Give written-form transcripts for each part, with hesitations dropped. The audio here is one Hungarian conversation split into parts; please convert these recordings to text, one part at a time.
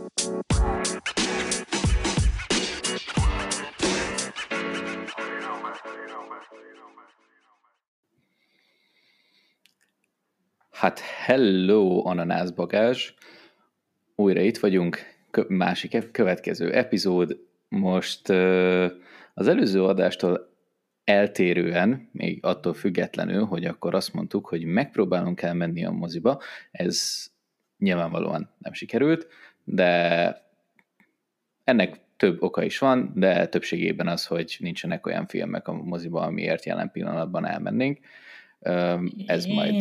Hát hello, ananászbagázs! Újra itt vagyunk, másik következő epizód. Most az előző adástól eltérően, még attól függetlenül, hogy akkor azt mondtuk, hogy megpróbálunk elmenni a moziba, ez nyilvánvalóan nem sikerült, de ennek több oka is van, de többségében az, hogy nincsenek olyan filmek a moziba, amiért jelen pillanatban elmennénk. Ez majd...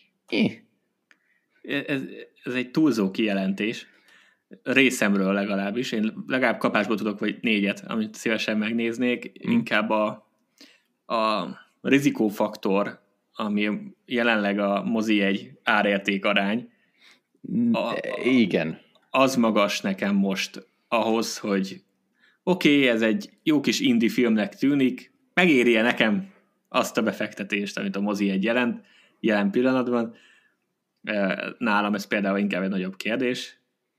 Ez egy túlzó kijelentés, részemről legalábbis. Én legalább kapásból tudok vagy 4, amit szívesen megnéznék. Inkább a rizikófaktor, ami jelenleg a mozi egy árérték arány. Igen. Az magas nekem most ahhoz, hogy oké, ez egy jó kis indie filmnek tűnik, megéri-e nekem azt a befektetést, amit a mozi egy jelen pillanatban. Nálam ez például inkább egy nagyobb kérdés,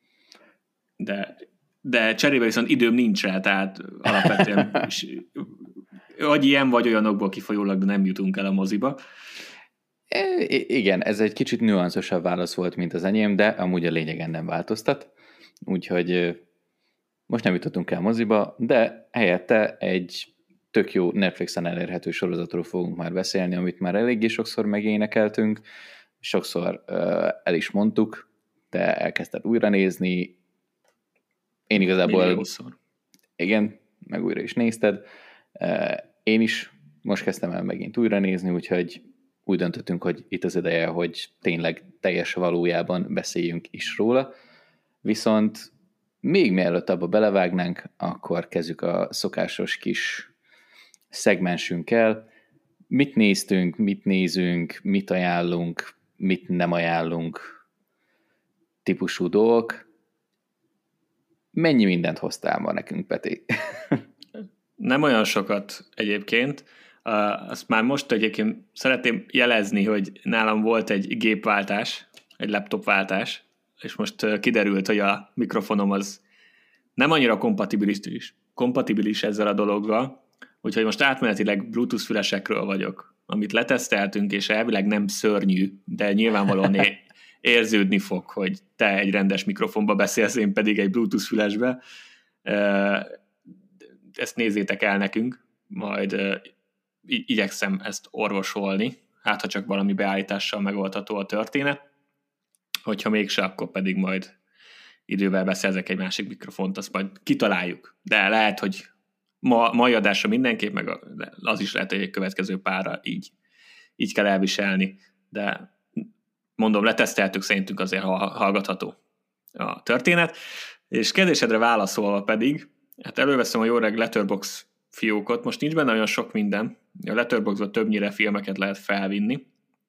de cserébe viszont időm nincs rá, tehát alapvetően vagy ilyen, vagy olyanokból kifolyólag, de nem jutunk el a moziba. Igen, ez egy kicsit nüanszosabb válasz volt, mint az enyém, de amúgy a lényegen nem változtat, úgyhogy most nem jutottunk el moziba, de helyette egy tök jó Netflixen elérhető sorozatról fogunk már beszélni, amit már eléggé sokszor megénekeltünk, sokszor el is mondtuk, te elkezdted újra nézni, én igazából... Igen, meg újra is nézted. Én is most kezdtem el megint újra nézni, úgyhogy úgy döntöttünk, hogy itt az ideje, hogy tényleg teljes valójában beszéljünk is róla. Viszont még mielőtt abba belevágnánk, akkor kezdjük a szokásos kis szegmensünkkel. Mit néztünk, mit nézünk, mit ajánlunk, mit nem ajánlunk típusú dolgok. Mennyi mindent hoztál ma nekünk, Peti? Nem olyan sokat egyébként. Azt már most egyébként szeretném jelezni, hogy nálam volt egy gépváltás, egy laptopváltás, és most kiderült, hogy a mikrofonom az nem annyira kompatibilis ezzel a dologgal, úgyhogy most átmenetileg Bluetooth fülesekről vagyok, amit leteszteltünk, és elvileg nem szörnyű, de nyilvánvalóan érződni fog, hogy te egy rendes mikrofonba beszélsz, én pedig egy Bluetooth fülesbe. Ezt nézzétek el nekünk, majd igyekszem ezt orvosolni, hát ha csak valami beállítással megoldható a történet, hogyha mégse, akkor pedig majd idővel beszerzek egy másik mikrofont, azt majd kitaláljuk. De lehet, hogy mai adásra mindenképp, meg az is lehet, hogy egy következő párra így kell elviselni, de mondom, leteszteltük, szerintünk azért hallgatható a történet. És kérdésedre válaszolva pedig, hát előveszem a jó reg Letterboxd fiókot, most nincs benne olyan sok minden, a Letterboxdban többnyire filmeket lehet felvinni.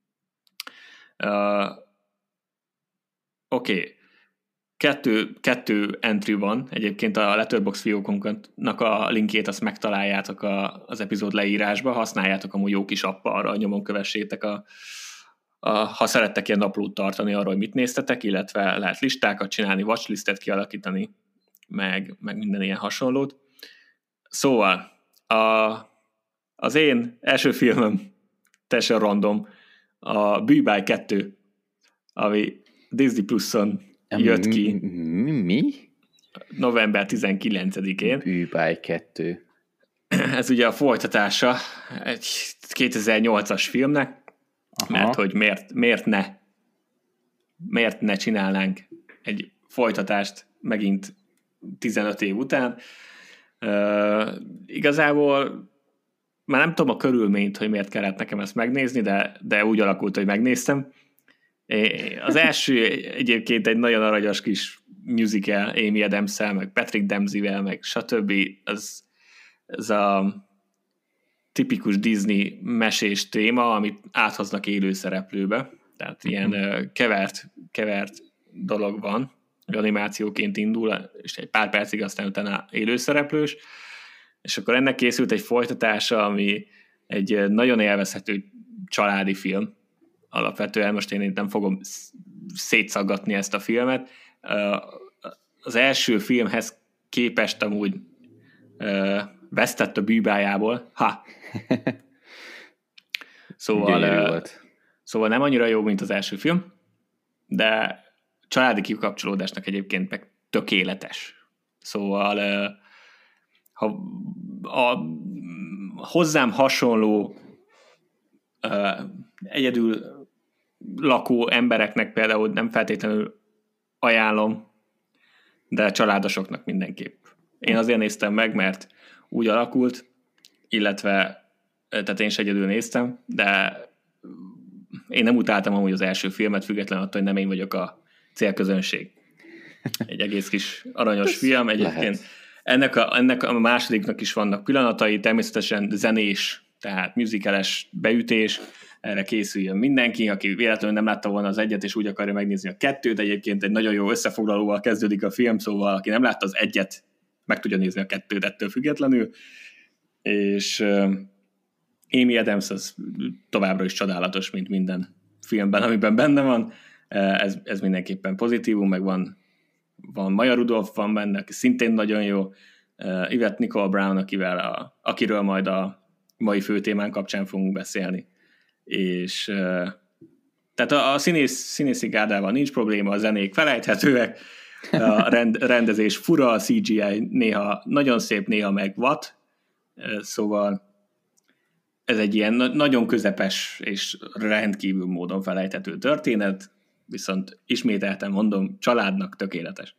Oké. Kettő entry van, egyébként a Letterboxd fiókunknak a linkjét azt megtaláljátok az epizód leírásba, használjátok amúgy jó kis appa, arra nyomon kövessétek ha szerettek ilyen naplót tartani arról, hogy mit néztetek, illetve lehet listákat csinálni, watchlistet kialakítani, meg minden ilyen hasonlót. Szóval, az én első filmem, teljesen random, a Bűbáj 2, ami Disney Pluson jött ki. Mi? November 19-én. Bűbáj 2. Ez ugye a folytatása egy 2008-as filmnek, aha. Mert hogy miért ne csinálnánk egy folytatást megint 15 év után. Igazából már nem tudom a körülményt, hogy miért kellett nekem ezt megnézni, de úgy alakult, hogy megnéztem. Az első egyébként egy nagyon aranyos kis musical, Amy Adams-szel, meg Patrick Dempsey-vel, meg stb. Ez a tipikus Disney mesés téma, amit áthoznak élő szereplőbe. Tehát ilyen kevert dolog van, hogy animációként indul, és egy pár percig aztán utána élőszereplős, és akkor ennek készült egy folytatása, ami egy nagyon élvezhető családi film. Alapvetően most én nem fogom szétszaggatni ezt a filmet. az első filmhez képest amúgy vesztett a bűbájából. Szóval nem annyira jó, mint az első film, de családi kikapcsolódásnak egyébként meg tökéletes. Szóval ha a hozzám hasonló egyedül lakó embereknek például nem feltétlenül ajánlom, de családosoknak mindenképp. Én azért néztem meg, mert úgy alakult, illetve tehát én is egyedül néztem, de én nem utáltam amúgy az első filmet, függetlenül attól, hogy nem én vagyok a célközönség. Egy egész kis aranyos film. Egyébként ennek a másodiknak is vannak pillanatai, természetesen zenés, tehát musicales beütés, erre készüljön mindenki, aki véletlenül nem látta volna az egyet, és úgy akarja megnézni a kettőt. Egyébként egy nagyon jó összefoglalóval kezdődik a film, szóval aki nem látta az egyet, meg tudja nézni a kettőt ettől függetlenül. És Amy Adams az továbbra is csodálatos, mint minden filmben, amiben benne van. Ez mindenképpen pozitívum, meg van Maya Rudolph van benne, aki szintén nagyon jó. Yvette Nicole Brown, akiről majd a mai főtémán kapcsán fogunk beszélni. És tehát a színészi gárdával nincs probléma, a zenék felejthetőek, a rendezés fura, a CGI néha nagyon szép, néha meg vad, szóval ez egy ilyen nagyon közepes és rendkívül módon felejthető történet, viszont ismételten mondom, családnak tökéletes.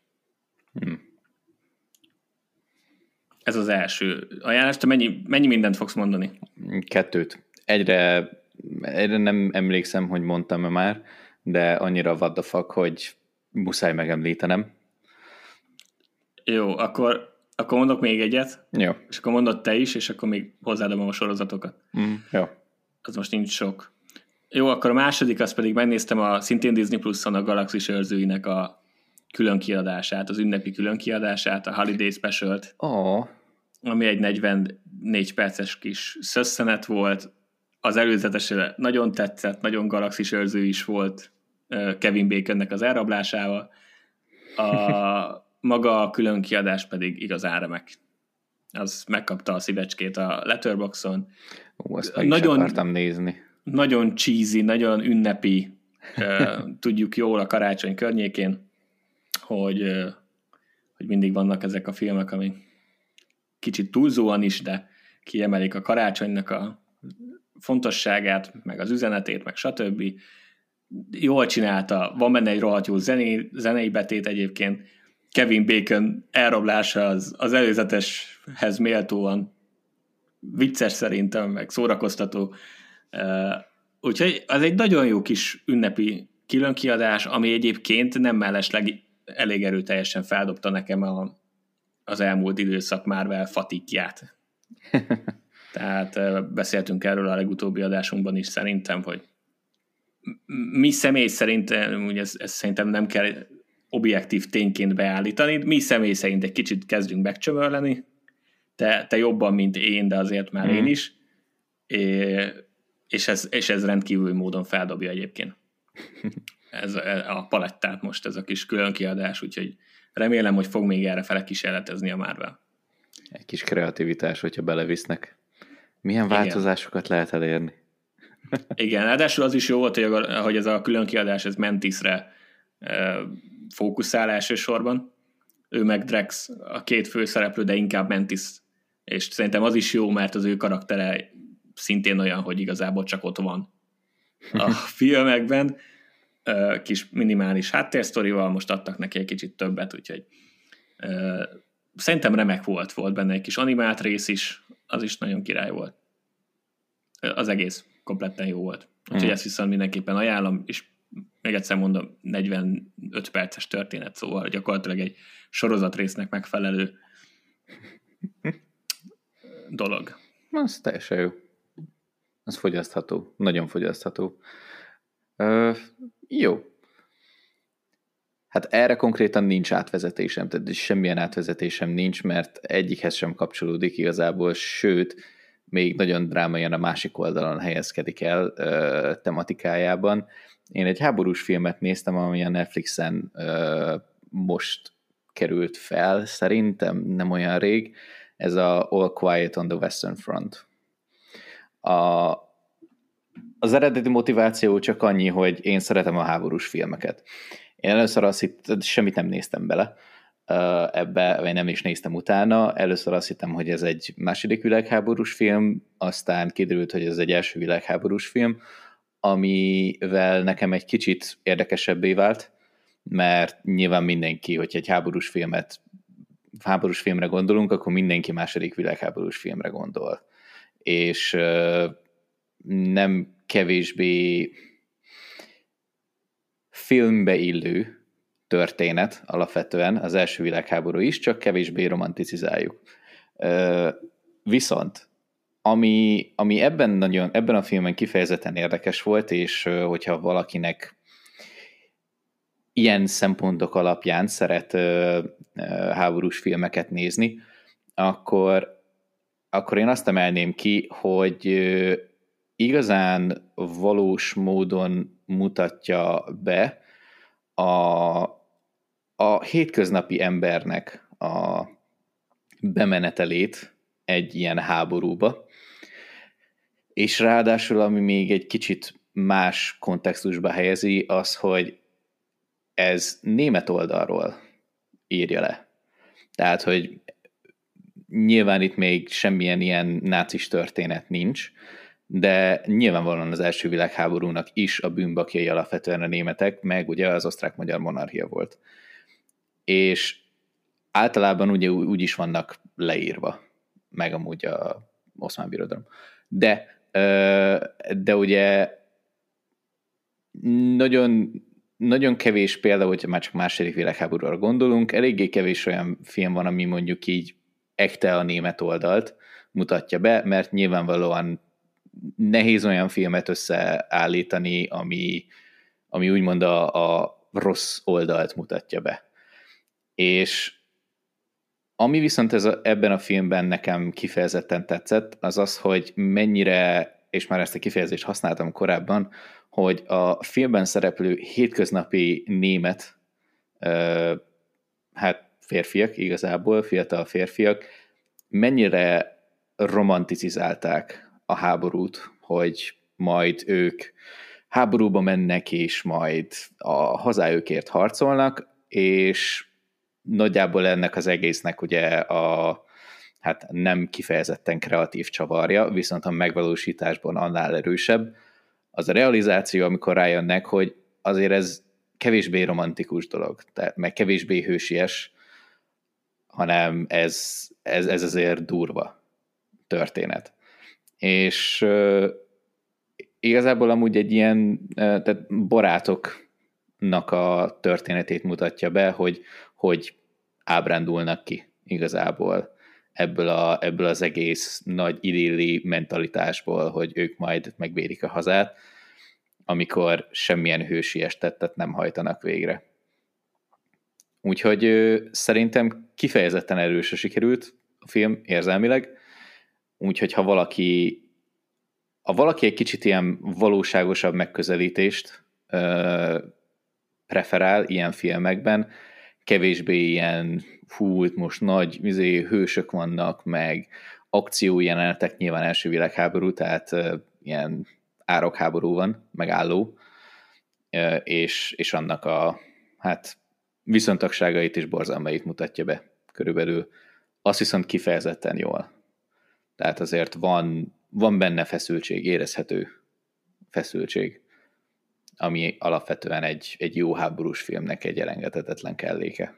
Ez az első ajánlás. Te mennyi mindent fogsz mondani? 2. Egyre nem emlékszem, hogy mondtam-e már, de annyira what the fuck, hogy muszáj megemlítenem. Jó, akkor mondok még egyet, jó. És akkor mondod te is, és akkor még hozzáadom a sorozatokat. Jó. Az most nincs sok. Jó, akkor a második, azt pedig megnéztem szintén Disney Plus-on a Galaxis őrzőinek a különkiadását, az ünnepi különkiadását, a Holiday Specialt, ami egy 44 perces kis szösszenet volt. Az előzetesre nagyon tetszett, nagyon Galaxis őrző is volt Kevin Baconnek az elrablásával. Maga a különkiadás pedig igazán remek. Az megkapta a szívecskét a Letterboxdon. Azt meg nagyon, is akartam nézni. Nagyon cheesy, nagyon ünnepi, tudjuk jól a karácsony környékén, hogy mindig vannak ezek a filmek, ami kicsit túlzóan is, de kiemelik a karácsonynak a fontosságát, meg az üzenetét, meg stb. Jól csinálta, van benne egy rohadt jó zenei betét egyébként. Kevin Bacon elrablása az előzeteshez méltóan vicces szerintem, meg szórakoztató. Úgyhogy az egy nagyon jó kis ünnepi különkiadás, ami egyébként nem mellesleg elég erőteljesen feldobta nekem az elmúlt időszak Marvel fatikját. Tehát beszéltünk erről a legutóbbi adásunkban is szerintem, hogy mi személy szerint, ugye ezt szerintem nem kell objektív tényként beállítani, mi személy szerint egy kicsit kezdünk megcsömörleni, te jobban, mint én, de azért már én is, és ez rendkívül módon feldobja egyébként. Ez a palettát most, ez a kis különkiadás, úgyhogy remélem, hogy fog még erre fele kísérletezni a Marvel. Egy kis kreativitás, hogyha belevisznek. Milyen változásokat lehet elérni? Igen, ráadásul az is jó volt, hogy ez a különkiadás, ez Mantisre fókuszál elsősorban. Ő meg Drax a két főszereplő, de inkább Mantis. És szerintem az is jó, mert az ő karaktere szintén olyan, hogy igazából csak ott van a filmekben. Kis minimális háttérsztorival, most adtak neki egy kicsit többet, úgyhogy szerintem remek volt benne egy kis animált rész is, az is nagyon király volt. Az egész kompletten jó volt. Úgyhogy ezt viszont mindenképpen ajánlom, és még egyszer mondom, 45 perces történet, szóval gyakorlatilag egy sorozatrésznek megfelelő dolog. Az teljesen jó. Az fogyasztható. Nagyon fogyasztható. Jó. Hát erre konkrétan nincs átvezetésem, tehát semmilyen átvezetésem nincs, mert egyikhez sem kapcsolódik igazából, sőt, még nagyon drámaian a másik oldalon helyezkedik el tematikájában. Én egy háborús filmet néztem, ami a Netflixen most került fel, szerintem nem olyan rég, ez a All Quiet on the Western Front. Az eredeti motiváció csak annyi, hogy én szeretem a háborús filmeket. Én először azt hittem, semmit nem néztem bele ebbe, vagy nem is néztem utána. Először azt hittem, hogy ez egy második világháborús film, aztán kiderült, hogy ez egy első világháborús film, amivel nekem egy kicsit érdekesebbé vált, mert nyilván mindenki, hogyha egy háborús filmre gondolunk, akkor mindenki második világháborús filmre gondol. És nem kevésbé filmbe illő történet alapvetően, az első világháború is, csak kevésbé romanticizáljuk. Viszont, ami ebben a filmben kifejezetten érdekes volt, és hogyha valakinek ilyen szempontok alapján szeret háborús filmeket nézni, akkor én azt emelném ki, hogy igazán valós módon mutatja be a hétköznapi embernek a bemenetelét egy ilyen háborúba, és ráadásul, ami még egy kicsit más kontextusba helyezi, az, hogy ez német oldalról írja le. Tehát, hogy nyilván itt még semmilyen ilyen nácis történet nincs, de nyilvánvalóan az első világháborúnak is a bűnbakjai alapvetően a németek, meg ugye az osztrák-magyar monarchia volt. És általában ugye úgy is vannak leírva, meg amúgy a Oszmán Birodalom. De ugye nagyon kevés példa, hogyha már csak második világháborúra gondolunk, eléggé kevés olyan film van, ami mondjuk így ekte a német oldalt mutatja be, mert nyilvánvalóan nehéz olyan filmet összeállítani, ami úgymond a rossz oldalt mutatja be. És ami viszont ebben a filmben nekem kifejezetten tetszett, az az, hogy mennyire, és már ezt a kifejezést használtam korábban, hogy a filmben szereplő hétköznapi német, hát férfiak igazából, fiatal férfiak, mennyire romanticizálták a háborút, hogy majd ők háborúba mennek, és majd a hazájukért harcolnak, és nagyjából ennek az egésznek ugye hát nem kifejezetten kreatív csavarja, viszont a megvalósításban annál erősebb. Az a realizáció, amikor rájönnek, hogy azért ez kevésbé romantikus dolog, tehát meg kevésbé hősies, hanem ez azért durva történet. És igazából amúgy egy ilyen tehát barátoknak a történetét mutatja be, hogy ábrándulnak ki igazából ebből az egész nagy idilli mentalitásból, hogy ők majd megvédik a hazát, amikor semmilyen hősies tettet nem hajtanak végre. Úgyhogy szerintem kifejezetten erősre sikerült a film érzelmileg, úgyhogy ha valaki egy kicsit ilyen valóságosabb megközelítést preferál ilyen filmekben, kevésbé ilyen most nagy hősök vannak, meg akciójelenetek, nyilván első világháború, tehát ilyen árokháború van, meg álló, és annak a hát viszontagságait és borzalmait mutatja be körülbelül. Azt viszont kifejezetten jól. Tehát azért van benne feszültség, érezhető feszültség, ami alapvetően egy jó háborús filmnek egy elengedhetetlen kelléke.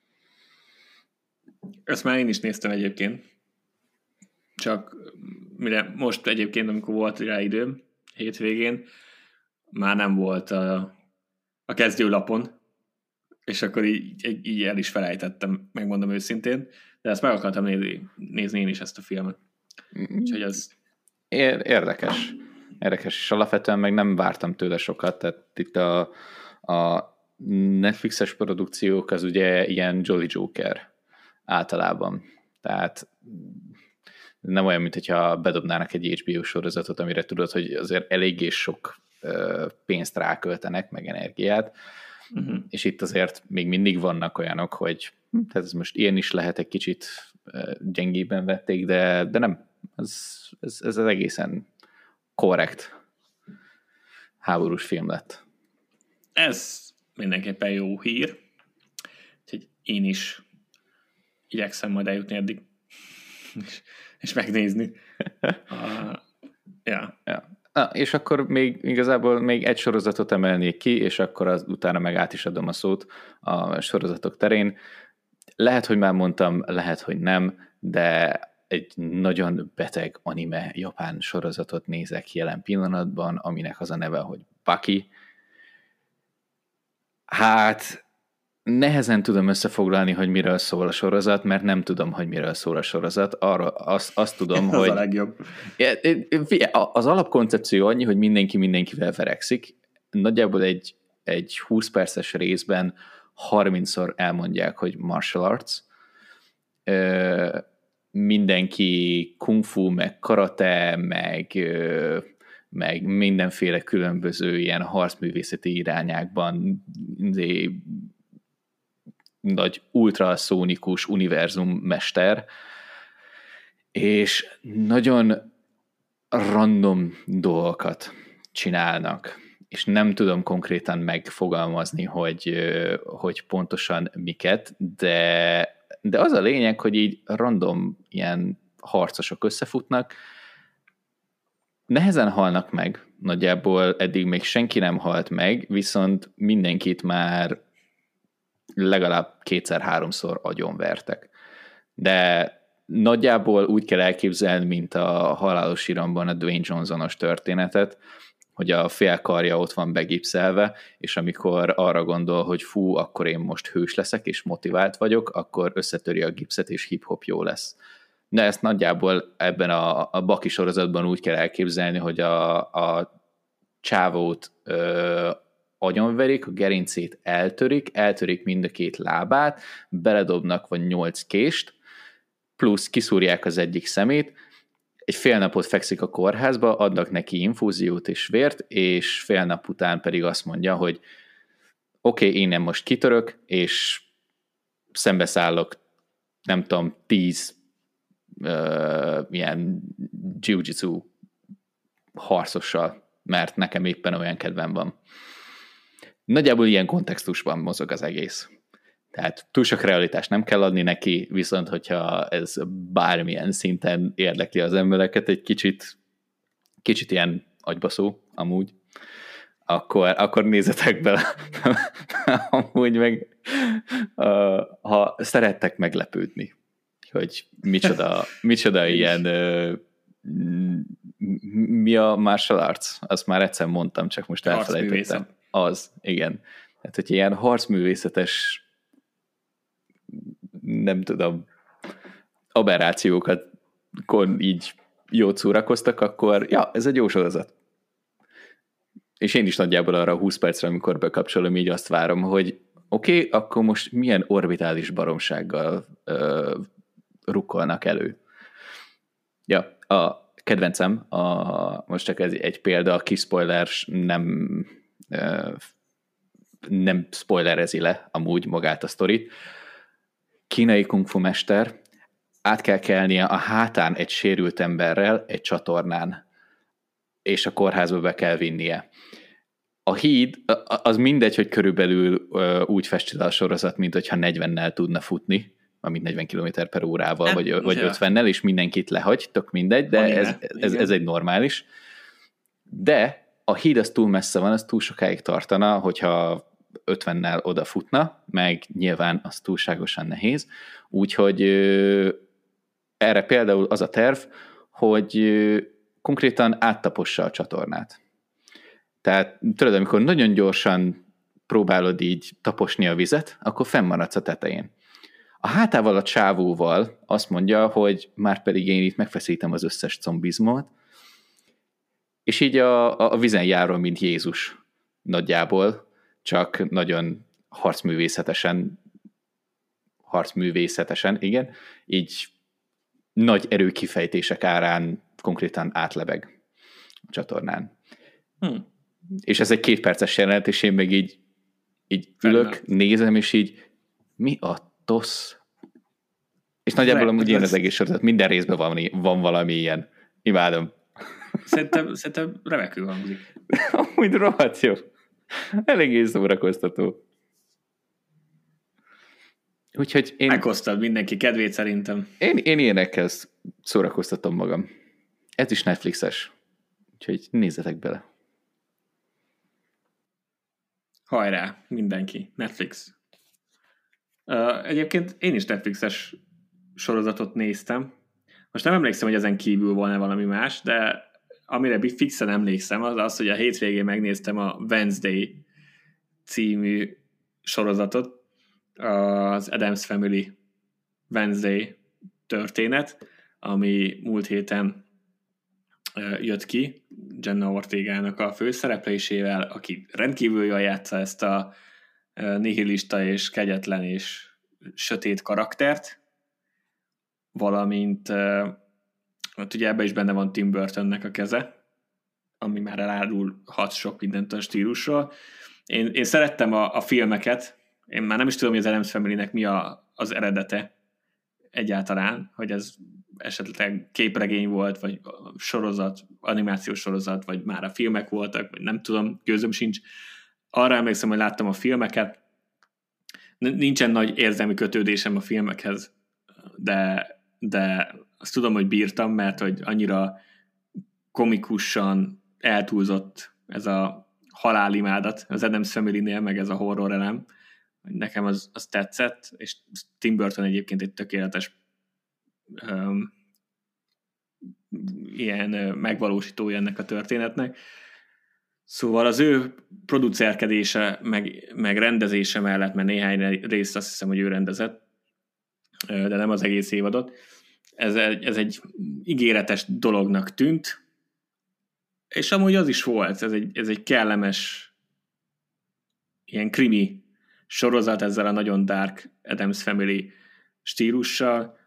Ezt már én is néztem egyébként. Csak mire most egyébként, amikor volt rá időm, hétvégén, már nem volt a kezdőlapon, és akkor így el is felejtettem, megmondom őszintén, de ezt meg akartam nézni én is ezt a filmet. Úgyhogy az... Érdekes, és alapvetően meg nem vártam tőle sokat, tehát itt a Netflixes produkciók az ugye ilyen Jolly Joker általában, tehát nem olyan, mint hogyha bedobnának egy HBO sorozatot, amire tudod, hogy azért eléggé sok pénzt ráköltenek, meg energiát, És itt azért még mindig vannak olyanok, hogy ez most ilyen is lehet, egy kicsit gyengébben vették, de nem, ez az egészen korrekt háborús film lett. Ez mindenképpen jó hír, úgyhogy én is igyekszem majd eljutni eddig, és megnézni. Ja. És akkor még igazából még egy sorozatot emelnék ki, és akkor utána meg át is adom a szót a sorozatok terén. Lehet, hogy már mondtam, lehet, hogy nem, de egy nagyon beteg anime japán sorozatot nézek jelen pillanatban, aminek az a neve, hogy Baki. Hát nehezen tudom összefoglalni, hogy miről szól a sorozat, mert nem tudom, hogy miről szól a sorozat. Arra azt tudom, az hogy... a legjobb. Az alapkoncepció annyi, hogy mindenki mindenkivel verekszik. Nagyjából egy 20 perces részben 30-szor elmondják, hogy martial arts. Mindenki kung fu, meg karate, meg mindenféle különböző ilyen harcművészeti irányákban nagy ultraszónikus univerzum mester, és nagyon random dolgokat csinálnak, és nem tudom konkrétan megfogalmazni, hogy pontosan miket, de az a lényeg, hogy így random ilyen harcosok összefutnak, nehezen halnak meg, nagyjából eddig még senki nem halt meg, viszont mindenkit már legalább 2-3-szor agyonvertek. De nagyjából úgy kell elképzelni, mint a Halálos Iramban a Dwayne Johnsonos történetet, hogy a félkarja ott van begipszelve, és amikor arra gondol, hogy fú, akkor én most hős leszek, és motivált vagyok, akkor összetöri a gipszet, és hip-hop jó lesz. De ezt nagyjából ebben a Baki sorozatban úgy kell elképzelni, hogy a csávót agyonverik, a gerincét eltörik mind a 2 lábát, beledobnak vagy 8 kést, plusz kiszúrják az egyik szemét, egy fél napot fekszik a kórházba, adnak neki infúziót és vért, és fél nap után pedig azt mondja, hogy oké, én nem most kitörök, és szembeszállok, nem tudom, 10 ilyen jiu-jitsu harcossal, mert nekem éppen olyan kedvem van. Nagyjából ilyen kontextusban mozog az egész. Tehát túl sok realitást nem kell adni neki, viszont hogyha ez bármilyen szinten érdekli az embereket, egy kicsit ilyen agybaszó amúgy, akkor nézzetek bele. Amúgy meg ha szerettek meglepődni, hogy micsoda ilyen mi a martial arts? Azt már egyszer mondtam, csak most elfelejtettem. Az, igen. Tehát, hogy ilyen harcművészetes nem tudom, aberrációkat így jót szórakoztak, akkor ja, ez egy jó sorozat. És én is nagyjából arra a 20 percre, amikor bekapcsolom, így azt várom, hogy oké, akkor most milyen orbitális baromsággal rukkolnak elő. Ja, a kedvencem, most csak ez egy példa, a kis spoiler nem spoilerezi le amúgy magát a sztorit. Kínai kung fu mester át kell kelnie a hátán egy sérült emberrel egy csatornán, és a kórházba be kell vinnie. A híd, az mindegy, hogy körülbelül úgy festi le a sorozat, mint hogyha 40-nel tudna futni, amit 40 km/h-val, vagy 50-nel, és mindenkit lehagy, tök mindegy, de ez egy normális. De a híd az túl messze van, az túl sokáig tartana, hogyha 50-nel odafutna, meg nyilván az túlságosan nehéz. Úgyhogy erre például az a terv, hogy konkrétan áttapossa a csatornát. Tehát tudod, amikor nagyon gyorsan próbálod így taposni a vizet, akkor fennmaradsz a tetején. A hátával, a csávóval azt mondja, hogy már pedig én itt megfeszítem az összes combizmot, és így a vizen járom, mint Jézus nagyjából, csak nagyon harcművészetesen, igen, így nagy erőkifejtések árán konkrétan átlebeg a csatornán. És ez egy 2 perces jelenet, és én meg így így ülök, nézem, és így mi a tosz? És nagyjából amúgy ilyen az egész sorozat, minden részben van valami ilyen. Imádom. Szerintem remekül hangzik. Amúgy rohadt jó. Eléggé szórakoztató. Úgyhogy én... Meghoztad mindenki kedvét szerintem. Én ilyenekkel szórakoztatom magam. Ez is Netflixes. Úgyhogy nézzetek bele. Hajrá, mindenki. Netflix. Egyébként én is Netflixes sorozatot néztem. Most nem emlékszem, hogy ezen kívül van-e valami más, de amire fixen emlékszem, az, hogy a hétvégén megnéztem a Wednesday című sorozatot, az Addams Family Wednesday történet, ami múlt héten jött ki Jenna Ortegának a főszereplésével, aki rendkívül jól játsza ezt a nihilista és kegyetlen és sötét karaktert, valamint hát ugye ebben is benne van Tim Burtonnek a keze, ami már elárulhat sok mindent a stílusról. Én szerettem a filmeket, én már nem is tudom, hogy az Addams Family-nek mi az eredete egyáltalán, hogy ez esetleg képregény volt, vagy sorozat, animációs sorozat, vagy már a filmek voltak, vagy nem tudom, gőzöm sincs. Arra emlékszem, hogy láttam a filmeket, nincsen nagy érzelmi kötődésem a filmekhez, de azt tudom, hogy bírtam, mert hogy annyira komikusan eltúlzott ez a halálimádat az Addams Family-nél, meg ez a horror elem, nekem az tetszett, és Tim Burton egyébként egy tökéletes ilyen megvalósítója ennek a történetnek. Szóval az ő producerkedése, meg rendezése mellett, mert néhány részt azt hiszem, hogy ő rendezett, de nem az egész évadot. Ez egy ígéretes dolognak tűnt, és amúgy az is volt. Ez egy kellemes ilyen krimi sorozat ezzel a nagyon dark Addams Family stílussal.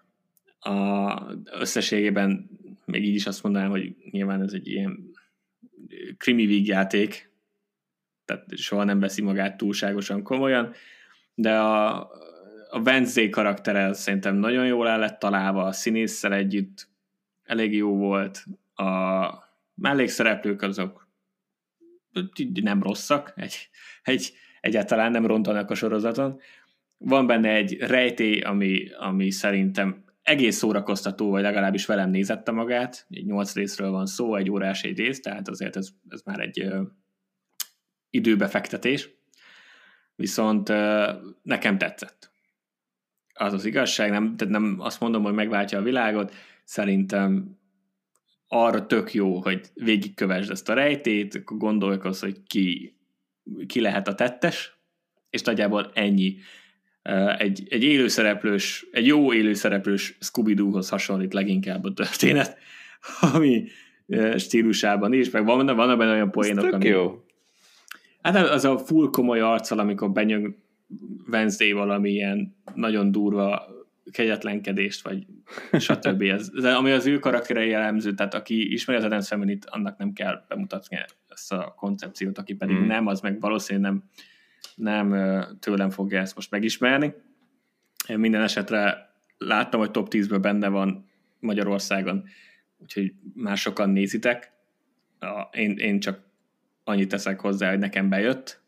Összességében még így is azt mondanám, hogy nyilván ez egy ilyen krimi vígjáték, tehát soha nem veszi magát túlságosan komolyan, de a Wednesday karaktere szerintem nagyon jól el lett találva, a színésszel együtt elég jó volt, a mellékszereplők azok nem rosszak, egyáltalán nem rontanak a sorozaton. Van benne egy rejtély, ami szerintem egész szórakoztató, vagy legalábbis velem nézette magát. 8 részről van szó, 1 órás egy rész, tehát azért ez már egy időbefektetés. Viszont nekem tetszett. Az az igazság, tehát nem azt mondom, hogy megváltja a világot, szerintem arra tök jó, hogy végigkövesd ezt a rejtét, akkor gondolkozz, hogy ki lehet a tettes, és nagyjából ennyi. Egy élőszereplős, egy jó élőszereplős Scooby-Doohoz hasonlít leginkább a történet, ami stílusában is, meg van benne olyan poénok, ami... Jó. Hát az a full komoly arccal, amikor benyög Wednesday valami ilyen nagyon durva kegyetlenkedést, vagy stb. Ami az ő karaktere jellemző, tehát aki ismeri az Addams Family-t, annak nem kell bemutatni ezt a koncepciót, aki pedig nem, az meg valószínűleg nem tőlem fogja ezt most megismerni. Én minden esetre láttam, hogy top 10-ből benne van Magyarországon, úgyhogy már sokan nézitek. Én csak annyit teszek hozzá, hogy nekem bejött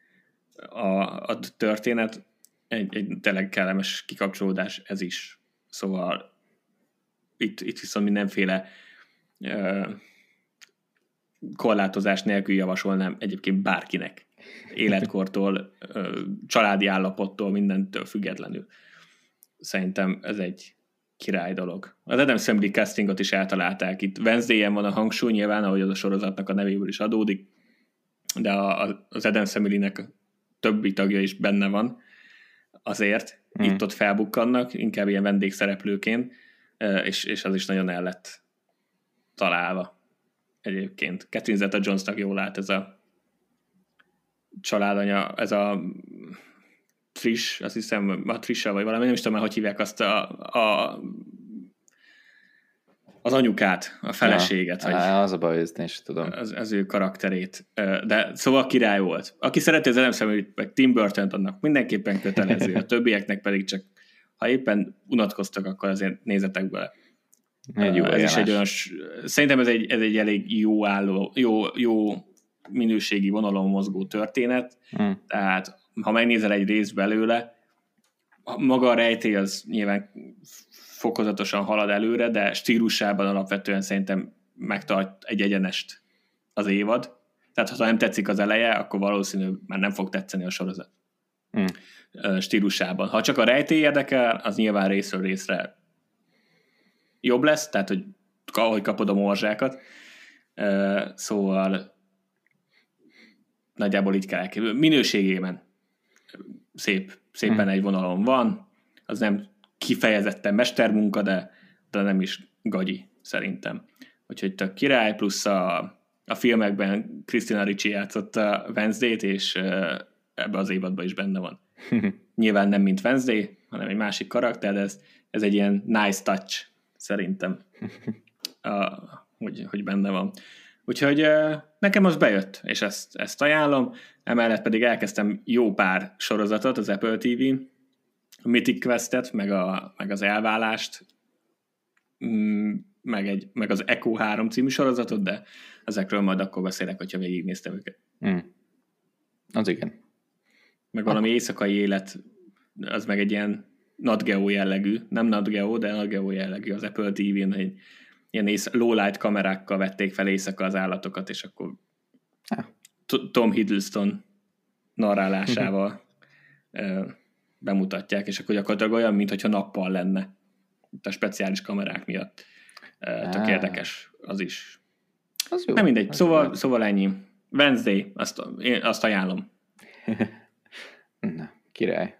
a történet. Egy tényleg kellemes kikapcsolódás ez is. Szóval itt viszont mindenféle korlátozás nélkül javasolnám egyébként bárkinek. Életkortól, családi állapottól, mindentől függetlenül. Szerintem ez egy király dolog. Az Addams Family castingot is eltalálták. Itt Wednesday-en van a hangsúly, nyilván, ahogy az a sorozatnak a nevéből is adódik, de az Addams Family-nek többi tagja is benne van. Azért itt-ott felbukkannak, inkább ilyen vendégszereplőként, és az is nagyon el lett találva egyébként. Catherine Zeta-Jonesnak jól állt ez a családanya, ez a Trish, azt hiszem, a Trisha vagy valami, nem is tudom már, hogy hívják azt a az anyukát, a feleséget, vagy az a baj, ezt én sem tudom. Az ő karakterét. De szóval király volt. Aki szereti az Adam Sandler, meg Tim Burton-t, annak mindenképpen kötelező, a többieknek pedig csak, ha éppen unatkoztak, akkor azért nézzetek bele. Ez is egy olyan, szerintem ez egy elég jó minőségi vonalon mozgó történet, tehát ha megnézel egy részt belőle, maga a rejtély az nyilván fokozatosan halad előre, de stílusában alapvetően szerintem megtart egy egyenest az évad. Tehát ha nem tetszik az eleje, akkor valószínű már nem fog tetszeni a sorozat stílusában. Ha csak a rejtély érdekel, az nyilván részről részre jobb lesz, tehát hogy ahogy kapod a morzsákat. Szóval nagyjából így kell elképzelni. Minőségében szépen egy vonalon van, az nem kifejezetten mestermunka, de nem is gagyi, szerintem. Úgyhogy tök király, plusz a filmekben Christina Ricci játszotta Wednesday-t, és ebbe az évadban is benne van. Nyilván nem mint Wednesday, hanem egy másik karakter, de ez egy ilyen nice touch, szerintem, hogy benne van. Úgyhogy nekem az bejött, és ezt ajánlom. Emellett pedig elkezdtem jó pár sorozatot az Apple TV-n, a Mythic Quest-et, meg az Elválást, meg az Echo 3 című sorozatot, de ezekről majd akkor beszélek, hogyha végignéztem őket. Az igen. Meg valami éjszakai élet, az meg egy ilyen Nat Geo jellegű, nem Nat Geo, de Nat Geo jellegű az Apple TV-n, hogy ilyen low-light kamerákkal vették fel éjszaka az állatokat, és akkor Tom Hiddleston narrálásával bemutatják, és akkor gyakorlatilag olyan, mintha nappal lenne a speciális kamerák miatt. Tök érdekes az is. Az jó. Nem mindegy, szóval ennyi. Wednesday, azt ajánlom. Na, király.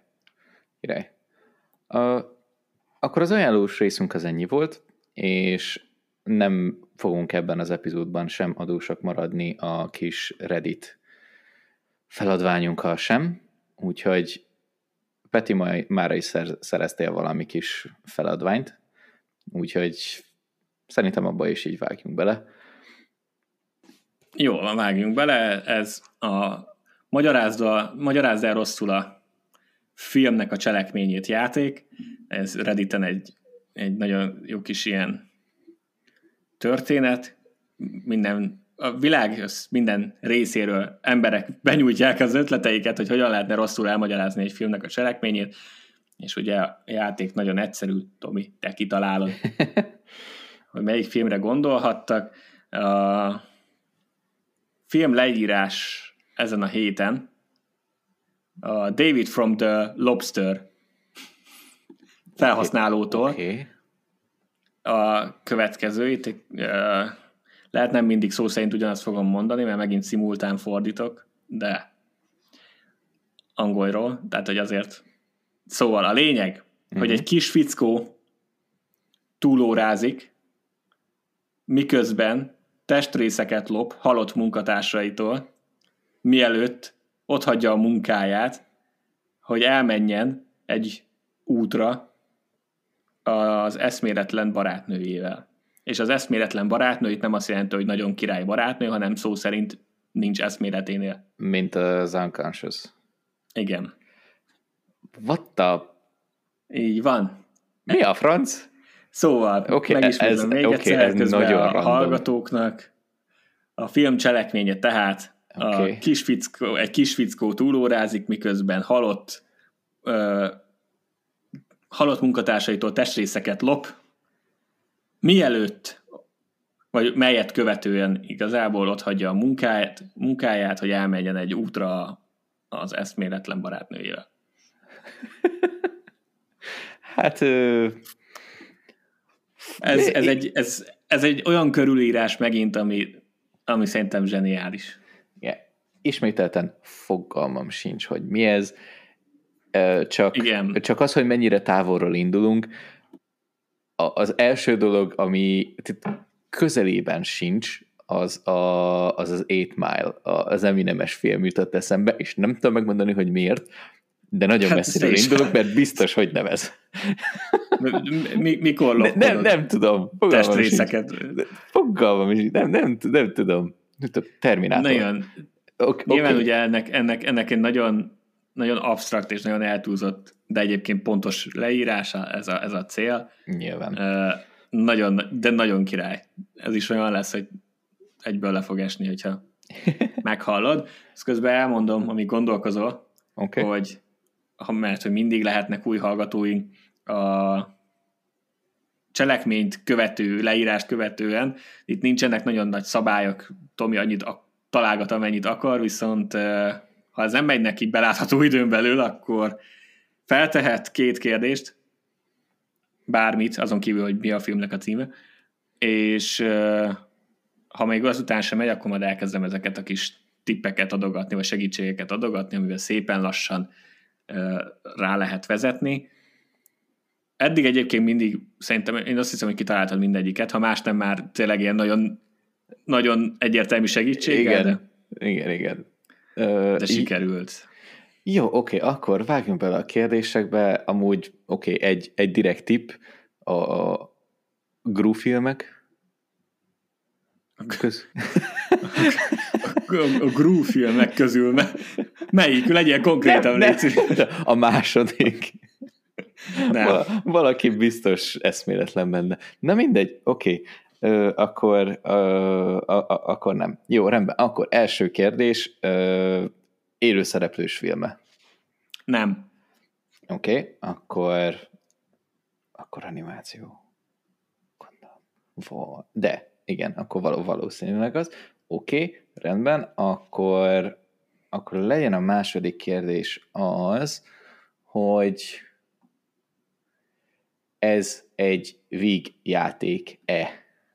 Akkor az ajánlós részünk az ennyi volt, és nem fogunk ebben az epizódban sem adósak maradni a kis Reddit feladványunkkal sem, úgyhogy Peti mára is szereztél valami kis feladványt, úgyhogy szerintem abba is így vágjunk bele. Jó, vágjunk bele, ez a Magyarázd el rosszul a filmnek a cselekményét játék, ez Redditen egy nagyon jó kis ilyen történet, a világ minden részéről emberek benyújtják az ötleteiket, hogy hogyan lehetne rosszul elmagyarázni egy filmnek a cselekményét, és ugye a játék nagyon egyszerű, Tomi, te kitalálod, hogy melyik filmre gondolhattak. A film leírás ezen a héten a David from the Lobster felhasználótól a következőit, lehet nem mindig szó szerint ugyanazt fogom mondani, mert megint szimultán fordítok, de angolról, tehát hogy azért. Szóval a lényeg, hogy egy kis fickó túlórázik, miközben testrészeket lop halott munkatársaitól, mielőtt otthagyja a munkáját, hogy elmenjen egy útra az eszméletlen barátnőjével. És az eszméletlen barátnő itt nem azt jelenti, hogy nagyon király barátnő, hanem szó szerint nincs eszméleténél. Mint az Unconscious. Igen. What the... Így van. Mi a franc? Szóval, megismétlem még egyszer közben a random. hallgatóknak. A film cselekménye tehát egy kis fickó túlórázik, miközben halott munkatársaitól testrészeket lop, mielőtt, vagy melyet követően igazából otthagyja a munkáját, hogy elmenjen egy útra az eszméletlen barátnőjével. Hát... Ez egy olyan körülírás megint, ami szerintem zseniális. Yeah. Ismételten fogalmam sincs, hogy mi ez. Csak az, hogy mennyire távolról indulunk. Az első dolog, ami közelében sincs, az 8 Mile, az Eminem-es film jutott eszembe, és nem tudom megmondani, hogy miért, de nagyon messziről indulok, mert biztos, hogy nem ez. Mikor lopkodod? Nem tudom. Testrészeket. Fogalmam is. Nem tudom. Terminátor. Nyilván ugye ennek egy nagyon, nagyon absztrakt és nagyon eltúlzott, de egyébként pontos leírása, ez a cél. Nyilván. De nagyon király. Ez is olyan lesz, hogy egyből le fog esni, hogyha meghallod. Ezt közben elmondom, amíg gondolkozol, hogy mert hogy mindig lehetnek új hallgatóink a cselekményt követő, leírást követően. Itt nincsenek nagyon nagy szabályok, Tomi annyit találgat, amennyit akar, viszont ha ez nem megy neki belátható időn belül, akkor feltehet 2 kérdést, bármit, azon kívül, hogy mi a filmnek a címe, és ha még azután sem megy, akkor majd elkezdem ezeket a kis tippeket adogatni, vagy segítségeket adogatni, amivel szépen lassan rá lehet vezetni. Eddig egyébként mindig, szerintem, én azt hiszem, hogy kitaláltad mindegyiket, ha más nem már tényleg ilyen nagyon, nagyon egyértelmű segítséggel. Igen. De sikerült. Jó, oké, akkor vágjunk bele a kérdésekbe. Amúgy, egy direkt tipp, a Gru filmek. A Gru filmek közül, melyik? Legyen konkrétan. A második. Valaki biztos eszméletlen benne. Na mindegy, akkor nem. Jó, rendben. Akkor első kérdés, élőszereplős filme. Nem. Akkor animáció. De, igen, akkor valószínűleg az. Rendben, akkor legyen a második kérdés az, hogy ez egy vígjáték-e?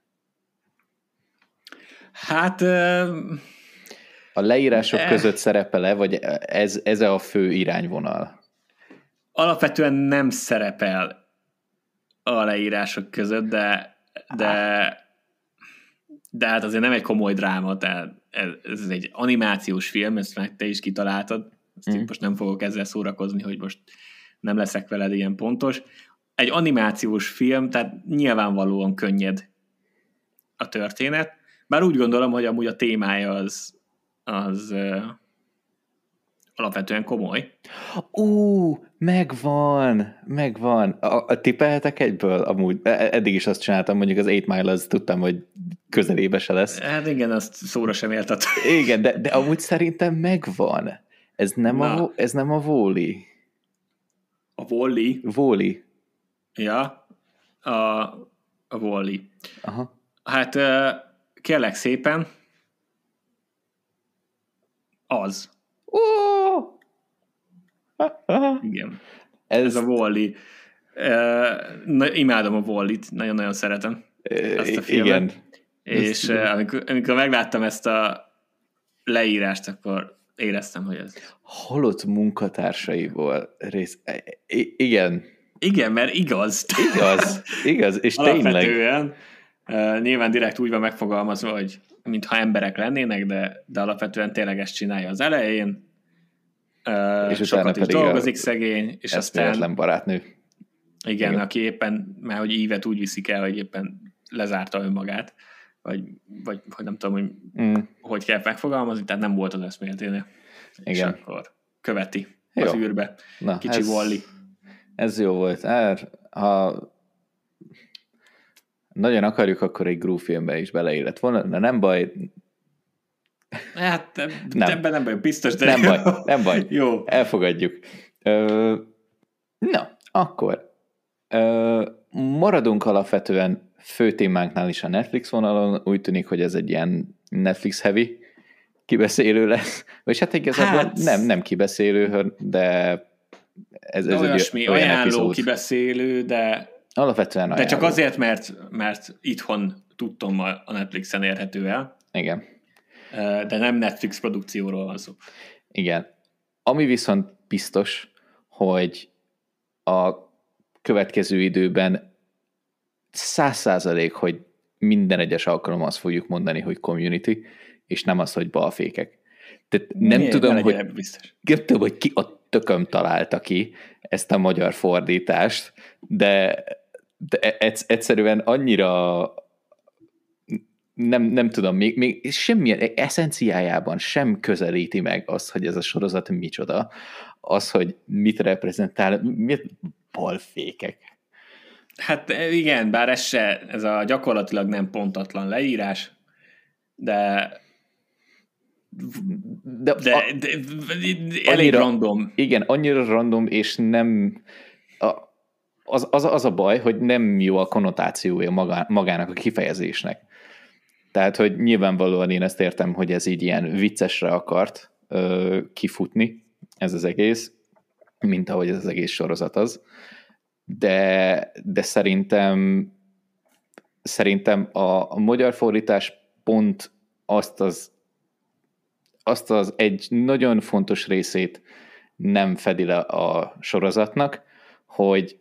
Hát... A leírások között szerepel-e, vagy ez a fő irányvonal? Alapvetően nem szerepel a leírások között, de hát azért nem egy komoly dráma, tehát ez egy animációs film, ezt meg te is kitaláltad, ezt most nem fogok ezzel szórakozni, hogy most nem leszek veled ilyen pontos. Egy animációs film, tehát nyilvánvalóan könnyed a történet, bár úgy gondolom, hogy amúgy a témája az alapvetően komoly. Megvan. Tippelhetek egyből? Amúgy eddig is azt csináltam, mondjuk az 8 Mile, az tudtam, hogy közelébe se lesz. Hát igen, azt szóra sem éltet. Igen, de amúgy szerintem megvan. Ez nem a Wall-E. A Wall-E? Wall-E. Ja, a Wall-E. Aha. Hát kérlek szépen, az. Igen. Ez a Wall-E. Imádom a Wall-E-t, nagyon-nagyon szeretem ezt a filmet. Igen. És amikor megláttam ezt a leírást, akkor éreztem, hogy ez... Halott munkatársaiból rész... Igen. Igen, mert igaz. Igaz, és alapvetően, nyilván direkt úgy van megfogalmazva, hogy mintha emberek lennének, de alapvetően tényleg ezt csinálja az elején, és sokat is dolgozik szegény, és aztán barátnő. Igen, aki éppen, mert hogy ívet úgy viszik el, hogy éppen lezárta önmagát, vagy hogy nem tudom, hogy hogy kell megfogalmazni, tehát nem volt az eszméleténél. És akkor követi az űrbe. Na, kicsi Wall-E. Ez jó volt. Ha nagyon akarjuk, akkor egy Gru filmbe is beleillett volna, de nem baj. Hát ebben nem baj, biztos, de... Nem baj. Jó. Elfogadjuk. Na, akkor maradunk alapvetően fő témánknál is a Netflix vonalon. Úgy tűnik, hogy ez egy ilyen Netflix heavy kibeszélő lesz. Vagy hát igazából nem kibeszélő, de ez olyasmi, olyan ajánló epizód. Kibeszélő, de alapvetően ajánló. De csak azért, mert itthon tudtom a Netflixen érhető el. Igen. De nem Netflix produkcióról van szó. Igen. Ami viszont biztos, hogy a következő időben 100%, hogy minden egyes alkalommal azt fogjuk mondani, hogy community, és nem az, hogy balfékek. Tehát nem tudom, hogy ki a tököm találta ki ezt a magyar fordítást, de egyszerűen annyira nem tudom, még semmilyen eszenciájában sem közelíti meg azt, hogy ez a sorozat micsoda, az, hogy mit reprezentál, miért balfékek. Hát igen, bár ez a gyakorlatilag nem pontatlan leírás, de elég annyira, random. Igen, annyira random, és nem az a baj, hogy nem jó a konnotációja magának a kifejezésnek. Tehát, hogy nyilvánvalóan én ezt értem, hogy ez így ilyen viccesre akart kifutni, ez az egész, mint ahogy ez az egész sorozat az. De szerintem a magyar fordítás pont azt az egy nagyon fontos részét nem fedi le a sorozatnak, hogy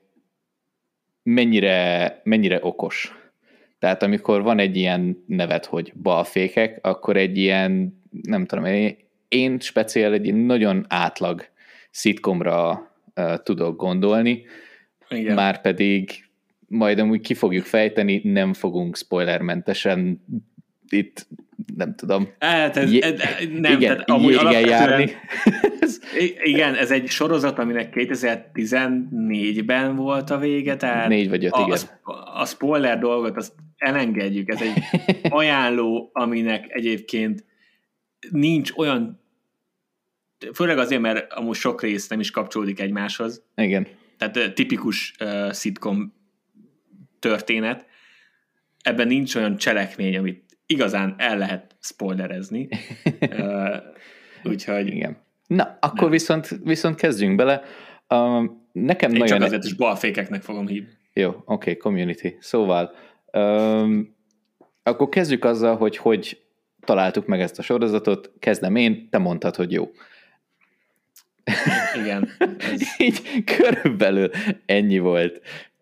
mennyire okos. Tehát amikor van egy ilyen nevet, hogy balfékek, akkor egy ilyen, nem tudom, én speciál egy nagyon átlag szitkomra tudok gondolni, igen. Márpedig majd amúgy ki fogjuk fejteni, nem fogunk spoilermentesen itt, nem tudom. Hát nem, igen, tehát amúgy járni. Igen, ez egy sorozat, aminek 2014-ben volt a vége, tehát 4 vagy 5, igen. A spoiler dolgot, azt elengedjük, ez egy ajánló, aminek egyébként nincs olyan, főleg azért, mert amúgy sok rész nem is kapcsolódik egymáshoz. Igen. Tehát tipikus szitkom történet. Ebben nincs olyan cselekmény, amit igazán el lehet spoilerezni. Úgyhogy... Igen. Na, akkor viszont kezdjünk bele. Nekem én nagyon... csak azért is balfékeknek fogom hívni. Jó, oké, community. Szóval akkor kezdjük azzal, hogy találtuk meg ezt a sorozatot. Kezdem én, te mondtad, hogy jó. Igen. Így körülbelül ennyi volt.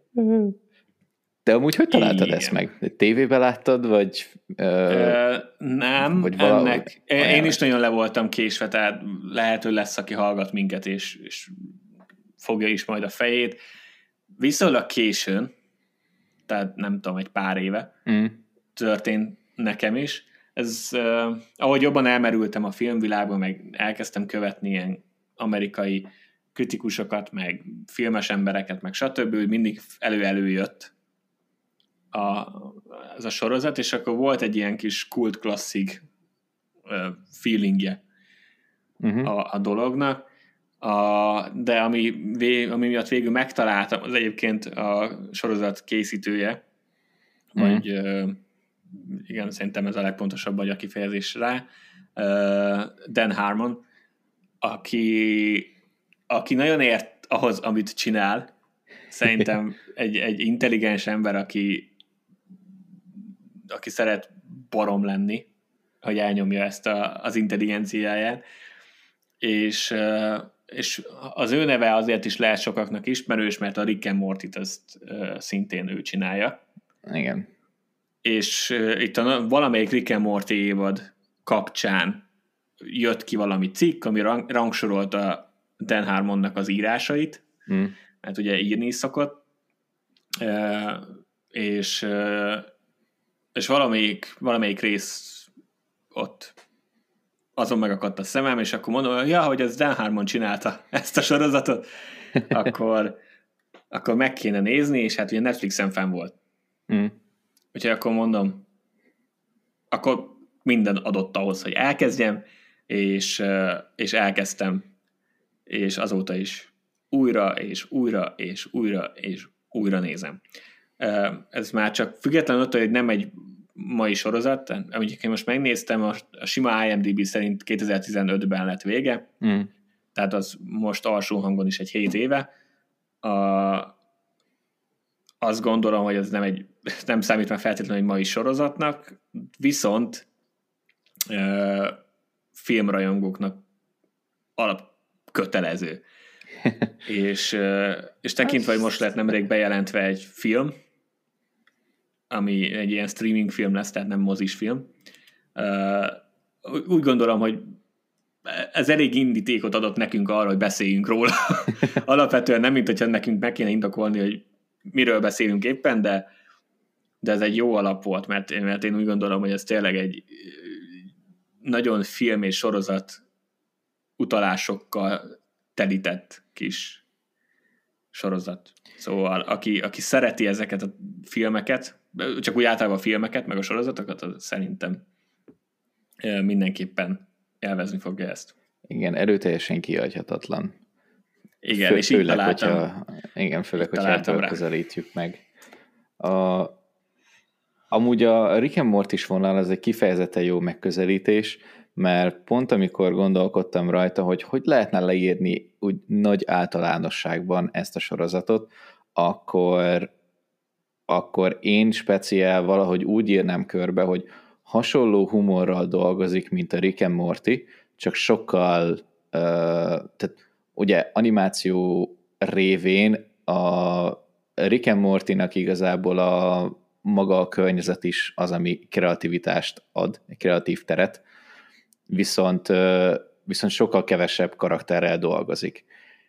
Te amúgy hogy találtad ezt meg? Tévébe láttad, vagy... Nem, vagy ennek... Én is nagyon le voltam késve, tehát lehet, hogy lesz, aki hallgat minket, és fogja is majd a fejét. Viszonylag későn, tehát nem tudom, egy pár éve történt nekem is. Ez, ahogy jobban elmerültem a filmvilágban, meg elkezdtem követni ilyen amerikai kritikusokat, meg filmes embereket, meg stb. Mindig előjött ez a sorozat, és akkor volt egy ilyen kis kult klasszik feelingje a dolognak, de ami miatt végül megtaláltam, az egyébként a sorozat készítője, vagy igen, szerintem ez a legpontosabb vagy a kifejezés rá, Dan Harmon, aki nagyon ért ahhoz, amit csinál. Szerintem egy intelligens ember, aki szeret barom lenni, hogy elnyomja ezt az intelligenciáját, és az ő neve azért is lehet sokaknak ismerős, mert a Rick and Morty-t azt szintén ő csinálja. Igen. És itt valamelyik Rick and Morty évad kapcsán jött ki valami cikk, ami rangsorolta Dan Harmonnak az írásait, mert ugye írni is szokott, és valamelyik rész ott azon megakadt a szemem, és akkor mondom, hogy ez Dan Harmon csinálta ezt a sorozatot, akkor meg kéne nézni, és hát ugye Netflixen fenn volt. Úgyhogy akkor mondom, akkor minden adott ahhoz, hogy elkezdjem, és elkezdtem, és azóta is újra, és újra, és újra, és újra nézem. Ez már csak függetlenül attól, hogy nem egy mai sorozat, amit én most megnéztem, a sima IMDb szerint 2015-ben lett vége, tehát az most alsó hangon is egy 7 éve. Azt gondolom, hogy ez nem számít már feltétlenül egy mai sorozatnak, viszont filmrajongóknak alapkötelező. és tekintve, hogy most lett nemrég bejelentve egy film, ami egy ilyen streaming film lesz, tehát nem mozis film. Úgy gondolom, hogy ez elég indítékot adott nekünk arra, hogy beszéljünk róla. Alapvetően nem, mint hogyha nekünk meg kéne indokolni, hogy miről beszélünk éppen, de ez egy jó alap volt, mert én úgy gondolom, hogy ez tényleg egy nagyon film és sorozat utalásokkal telített kis sorozat. Szóval aki szereti ezeket a filmeket, csak úgy általában a filmeket, meg a sorozatokat, az szerintem mindenképpen élvezni fogja ezt. Igen, erőteljesen kihagyhatatlan. Igen, és így találtam. Főleg, hogyha ebből közelítjük meg. Amúgy a Rick and Morty vonal az egy kifejezetten jó megközelítés, mert pont amikor gondolkodtam rajta, hogy lehetne leírni úgy nagy általánosságban ezt a sorozatot, akkor én speciál valahogy úgy írnám körbe, hogy hasonló humorral dolgozik, mint a Rick and Morty, csak sokkal, tehát ugye animáció révén a Rick and Morty-nak igazából maga a környezet is az, ami kreativitást ad, kreatív teret, viszont sokkal kevesebb karakterrel dolgozik.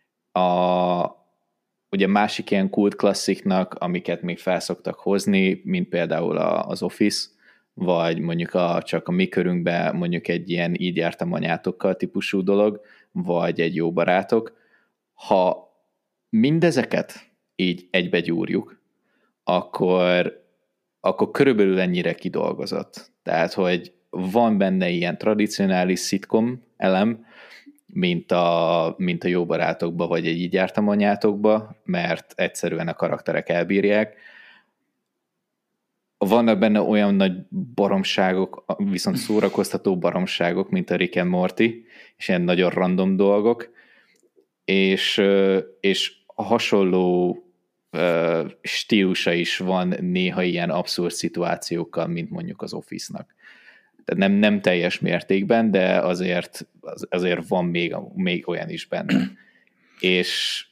Ugye másik ilyen kult klassziknak, amiket még felszoktak hozni, mint például az Office, vagy mondjuk csak a mi körünkben mondjuk egy ilyen így jártam anyátokkal típusú dolog, vagy egy jó barátok. Ha mindezeket így egybe gyúrjuk, akkor körülbelül ennyire kidolgozott. Tehát, hogy van benne ilyen tradicionális szitkom elem, mint a jó barátokba, vagy egy így jártam anyátokba, mert egyszerűen a karakterek elbírják. Vannak benne olyan nagy baromságok, viszont szórakoztató baromságok, mint a Rick and Morty, és ilyen nagyon random dolgok, és a hasonló stílusa is van néha ilyen abszurd szituációkkal, mint mondjuk az Office-nak. Tehát nem teljes mértékben, de azért van még olyan is benne. És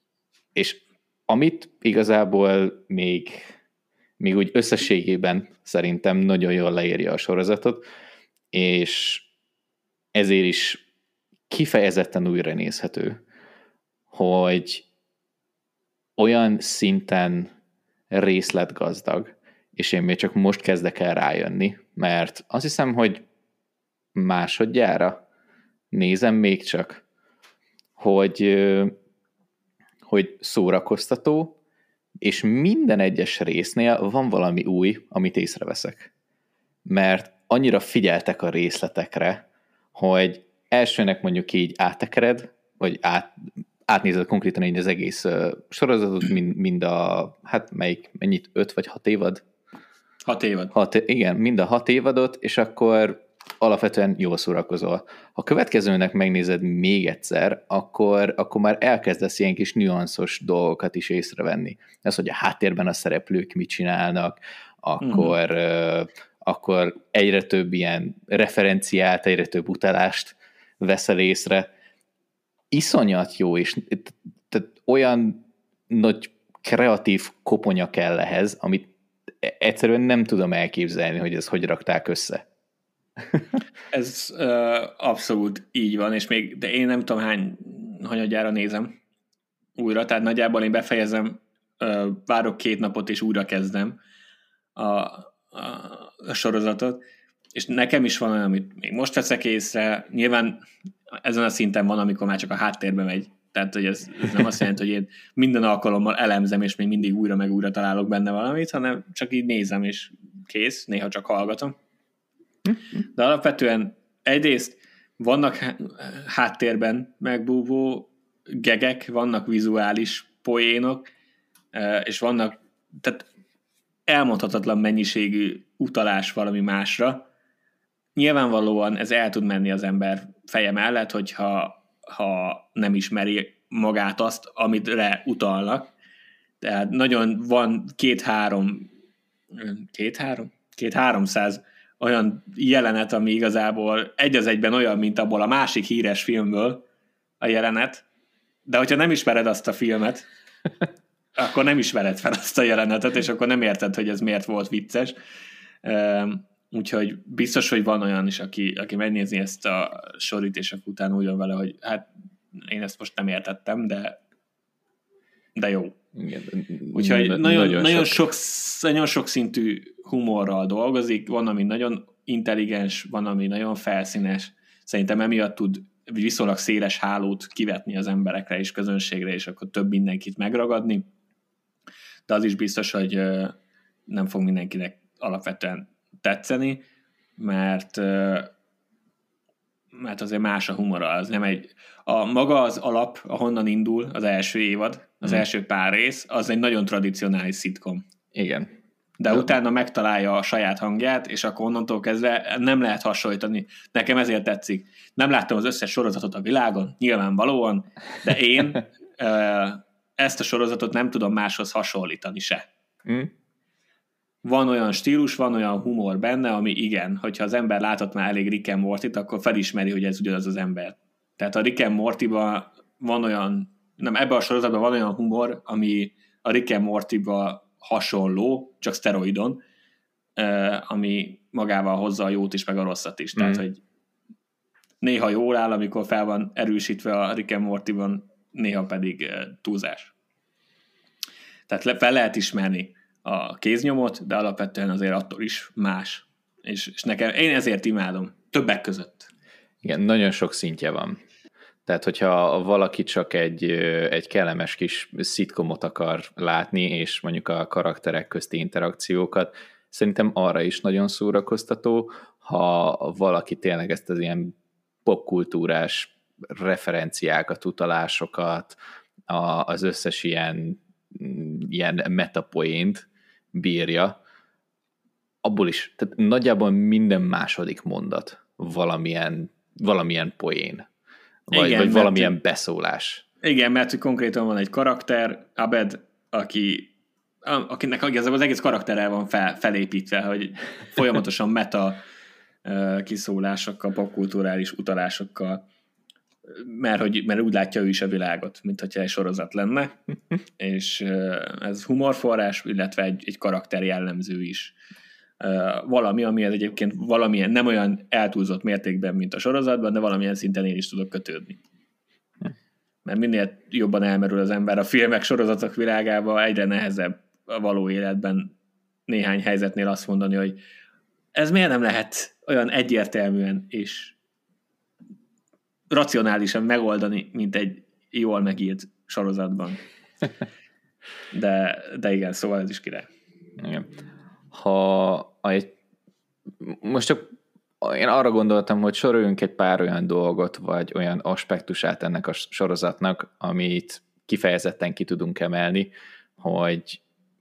amit igazából még úgy összességében szerintem nagyon jól leírja a sorozatot, és ezért is kifejezetten újra nézhető, hogy olyan szinten részletgazdag, és én még csak most kezdek el rájönni, mert azt hiszem, hogy másodjára nézem még csak, hogy szórakoztató, és minden egyes résznél van valami új, amit észreveszek. Mert annyira figyeltek a részletekre, hogy elsőnek mondjuk így áttekered, vagy átnézed konkrétan így az egész sorozatot, mind a, hát mennyit, 5 vagy 6 évad? 6 évad. Igen, mind a 6 évadot, és akkor alapvetően jól szórakozol. Ha következőnek megnézed még egyszer, akkor már elkezdesz ilyen kis nüanszos dolgokat is észrevenni. Az, hogy a háttérben a szereplők mit csinálnak, akkor egyre több ilyen referenciát, egyre több utalást veszel észre. Iszonyat jó, és tehát olyan nagy kreatív koponya kell ehhez, amit egyszerűen nem tudom elképzelni, hogy ezt hogy rakták össze. Ez abszolút így van, és de én nem tudom hanyadjára nézem újra, tehát nagyjából én befejezem, várok 2 napot, és újra kezdem a sorozatot, és nekem is van olyan, amit még most veszek észre, nyilván ezen a szinten van, amikor már csak a háttérbe megy, tehát hogy ez nem azt jelenti, hogy én minden alkalommal elemzem, és még mindig újra meg újra találok benne valamit, hanem csak így nézem, és kész, néha csak hallgatom. De alapvetően egyrészt vannak háttérben megbúvó gegek, vannak vizuális poénok, és vannak, tehát elmondhatatlan mennyiségű utalás valami másra. Nyilvánvalóan ez el tud menni az ember feje mellett, hogyha nem ismeri magát azt, amit utalnak. Tehát nagyon van 200-300 olyan jelenet, ami igazából egy az egyben olyan, mint abból a másik híres filmből a jelenet, de hogyha nem ismered azt a filmet, akkor nem ismered fel azt a jelenetet, és akkor nem érted, hogy ez miért volt vicces. úgyhogy biztos, hogy van olyan is, aki megnézi ezt a sorítések után úgy van vele, hogy hát én ezt most nem értettem, de jó. Igen, úgyhogy nagyon sok szintű humorral dolgozik, van, ami nagyon intelligens, van, ami nagyon felszínes. Szerintem emiatt tud viszonylag széles hálót kivetni az emberekre és közönségre, és akkor több mindenkit megragadni. De az is biztos, hogy nem fog mindenkinek alapvetően tetszeni, mert azért más a humora. Az nem maga az alap, ahonnan indul az első évad, az első pár rész, az egy nagyon tradicionális szitkom. Igen. De utána megtalálja a saját hangját, és akkor onnantól kezdve nem lehet hasonlítani. Nekem ezért tetszik. Nem láttam az összes sorozatot a világon, nyilvánvalóan, de én ezt a sorozatot nem tudom máshoz hasonlítani se. Van olyan stílus, van olyan humor benne, ami igen, hogyha az ember látott már elég Rick and Mortyt, akkor felismeri, hogy ez ugyanaz az ember. Tehát a Rick and Mortyban van olyan, nem, ebben a sorozatban van olyan humor, ami a Rick and Mortyban hasonló, csak szteroidon, ami magával hozza a jót is, meg a rosszat is. Tehát, hogy néha jól áll, amikor fel van erősítve a Rick and Mortyban, néha pedig túlzás. Tehát fel lehet ismerni a kéznyomot, de alapvetően azért attól is más. És nekem, én ezért imádom, többek között. Igen, nagyon sok szintje van. Tehát, hogyha valaki csak egy kellemes kis szitkomot akar látni, és mondjuk a karakterek közti interakciókat, szerintem arra is nagyon szórakoztató, ha valaki tényleg ezt az ilyen popkultúrás referenciákat, utalásokat, az összes ilyen metapoént bírja, abból is, tehát nagyjából minden második mondat valamilyen poén. Vagy valamilyen beszólás. Igen, mert konkrétan van egy karakter, Abed, akinek az egész karaktere van felépítve, hogy folyamatosan meta kiszólásokkal, popkulturális utalásokkal, mert úgy látja ő is a világot, mint hogyha egy sorozat lenne, és ez humorforrás, illetve egy karakter jellemző is. Valami, amihez egyébként valamilyen, nem olyan eltúlzott mértékben, mint a sorozatban, de valamilyen szinten én is tudok kötődni. Mert minél jobban elmerül az ember a filmek, sorozatok világába, egyre nehezebb a való életben néhány helyzetnél azt mondani, hogy ez miért nem lehet olyan egyértelműen és racionálisan megoldani, mint egy jól megírt sorozatban. De igen, szóval ez is király. Igen. Most csak én arra gondoltam, hogy soroljunk egy pár olyan dolgot, vagy olyan aspektusát ennek a sorozatnak, amit kifejezetten ki tudunk emelni, hogy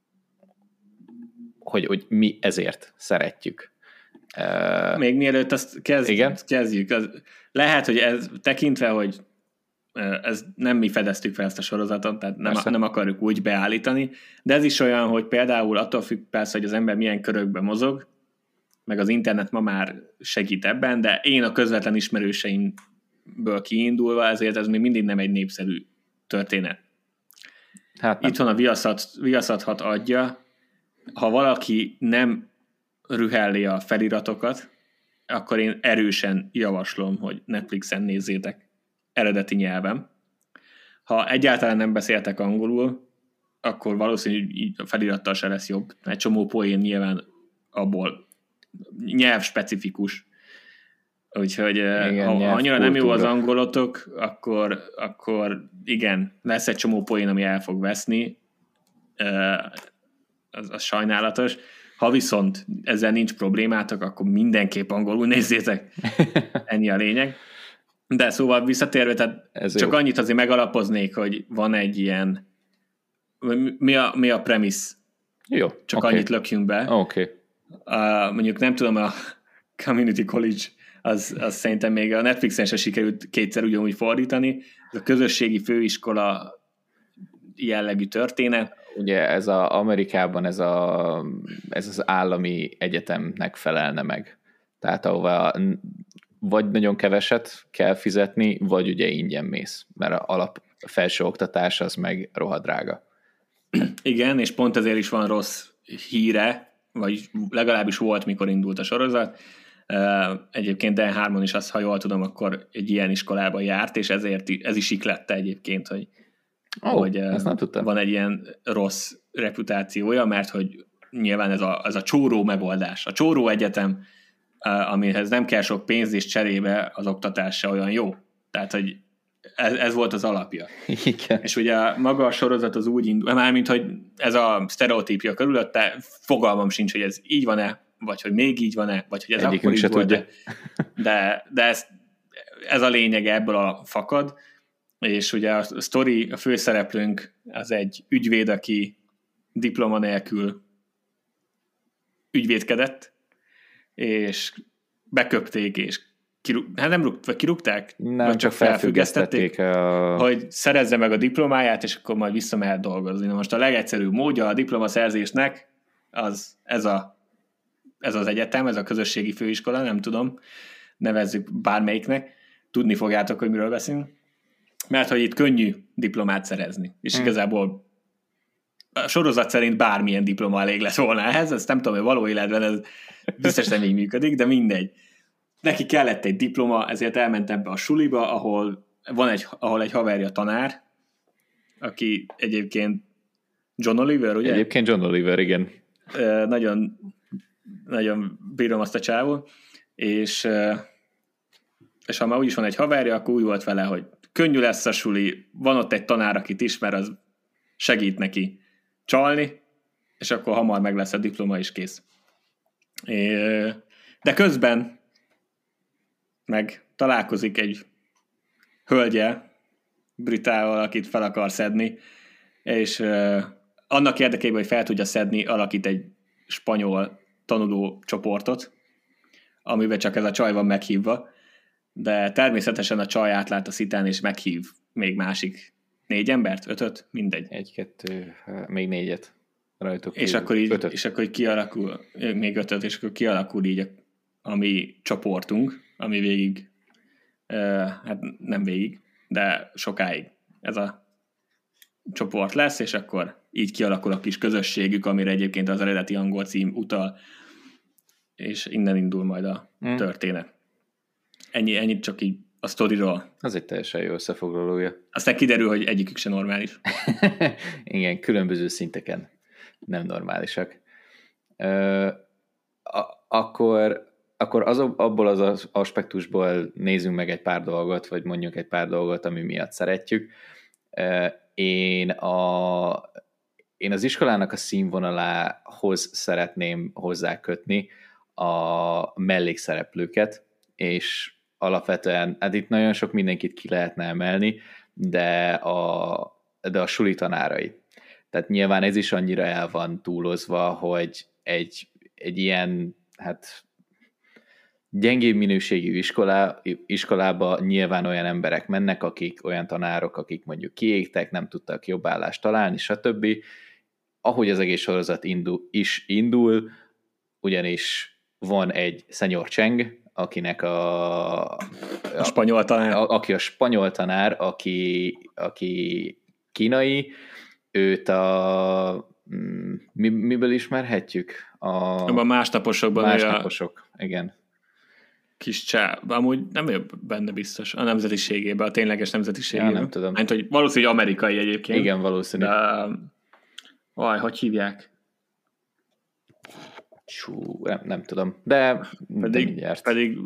mi ezért szeretjük. Még mielőtt azt kezdjük. Lehet, hogy ez tekintve, hogy ez nem mi fedeztük fel ezt a sorozatot, tehát nem akarjuk úgy beállítani, de ez is olyan, hogy például attól függ persze, hogy az ember milyen körökben mozog, meg az internet ma már segít ebben, de én a közvetlen ismerőseimből kiindulva, ezért ez még mindig nem egy népszerű történet. Hát nem. Itt van a Viaszat 6 adja, ha valaki nem rühelli a feliratokat, akkor én erősen javaslom, hogy Netflixen nézzétek eredeti nyelven. Ha egyáltalán nem beszéltek angolul, akkor valószínűleg így a felirattal se lesz jobb. Egy csomó poén nyilván abból nyelvspecifikus. Úgyhogy igen, ha annyira nem jó az angolotok, akkor igen, lesz egy csomó poén, ami el fog veszni. Az sajnálatos. Ha viszont ezzel nincs problémátok, akkor mindenképp angolul nézzétek. Ennyi a lényeg. De szóval visszatérve, tehát csak jó. Annyit azért megalapoznék, hogy van egy ilyen mi a premise? Jó. Csak annyit lökjünk be. Okay. Mondjuk nem tudom, a Community College az szerintem még a Netflixen se sikerült kétszer ugyanúgy fordítani. Ez a közösségi főiskola jellegű történet. Ugye ez Amerikában ez az állami egyetemnek felelne meg. Tehát ahova vagy nagyon keveset kell fizetni, vagy ugye ingyen mész, mert a felsőoktatás az meg rohadt drága. Igen, és pont ezért is van rossz híre, vagy legalábbis volt, mikor indult a sorozat. Egyébként Dan Harmon is, azt, ha jól tudom, akkor egy ilyen iskolában járt, és ezért ez is iklette egyébként, hogy van egy ilyen rossz reputációja, mert hogy nyilván ez a csóró megoldás. A csóró egyetem, amihez nem kell sok pénz, és cserébe az oktatás se olyan jó. Tehát, hogy ez volt az alapja. Igen. És ugye maga a sorozat az úgy indul, mármint, hogy ez a sztereotípia körülötte, fogalmam sincs, hogy ez így van-e, vagy hogy még így van-e, vagy hogy ez Egyikünk akkor így volt. tudja. De ez a lényeg ebből a fakad, és ugye a sztori, a főszereplőnk az egy ügyvéd, aki diploma nélkül ügyvédkedett, és beköpték, és kirúgták? Nem, vagy csak felfüggesztették. Hogy szerezze meg a diplomáját, és akkor majd visszamehet dolgozni. Na most a legegyszerűbb módja a diplomaszerzésnek ez az egyetem, ez a közösségi főiskola, nem tudom, nevezzük bármelyiknek, tudni fogjátok, hogy miről beszélünk, mert hogy itt könnyű diplomát szerezni. És igazából a sorozat szerint bármilyen diploma elég lett volna ehhez, ezt nem tudom, hogy való életben ez biztos nem így működik, de mindegy. Neki kellett egy diploma, ezért elment ebbe a suliba, ahol egy haverja tanár, aki egyébként John Oliver, ugye? Egyébként John Oliver, igen. Nagyon, nagyon bírom azt a csávot, és ha már úgyis van egy haverja, akkor úgy volt vele, hogy könnyű lesz a suli, van ott egy tanár, akit ismer, az segít neki csalni, és akkor hamar meg lesz a diploma, és kész. De közben meg találkozik egy hölgyel, Britával, akit fel akar szedni, és annak érdekében, hogy fel tudja szedni, alakít egy spanyol tanuló csoportot, amiben csak ez a csaj van meghívva, de természetesen a csaj átlát a szitán, és meghív még másik 4 embert, 5-öt, mindegy. 1, 2, még 4-et rajtuk. És akkor így kialakul, még 5-öt, és akkor kialakul így a mi csoportunk, ami végig, hát nem végig, de sokáig ez a csoport lesz, és akkor így kialakul a kis közösségük, amire egyébként az eredeti angol cím utal, és innen indul majd a történet. Ennyit csak így a sztoriról. Az egy teljesen jó összefoglalója. Aztán kiderül, hogy egyikük se normális. Igen, különböző szinteken nem normálisak. Akkor abból az aspektusból nézzünk meg egy pár dolgot, vagy mondjuk egy pár dolgot, ami miatt szeretjük. Én az iskolának a színvonalához szeretném hozzákötni a mellékszereplőket, és alapvetően, hát itt nagyon sok mindenkit ki lehetne emelni, de a suli tanárai. Tehát nyilván ez is annyira el van túlozva, hogy egy ilyen, hát gyengébb minőségű iskolába nyilván olyan emberek mennek, olyan tanárok, akik mondjuk kiégtek, nem tudtak jobb állást találni, stb. Ahogy az egész sorozat indul, ugyanis van egy Senior Cheng, akinek a spanyol tanár. Aki a spanyol tanár, aki kínai, őt miből ismerhetjük? A másnaposokban. Másnaposok, igen. Kis amúgy nem vagyok benne biztos a nemzetiségében, a tényleges nemzetiségében. Ja, nem tudom. Hát, hogy valószínűleg amerikai egyébként. Igen, valószínű. Hogy hívják? Nem tudom. De mindjárt. Pedig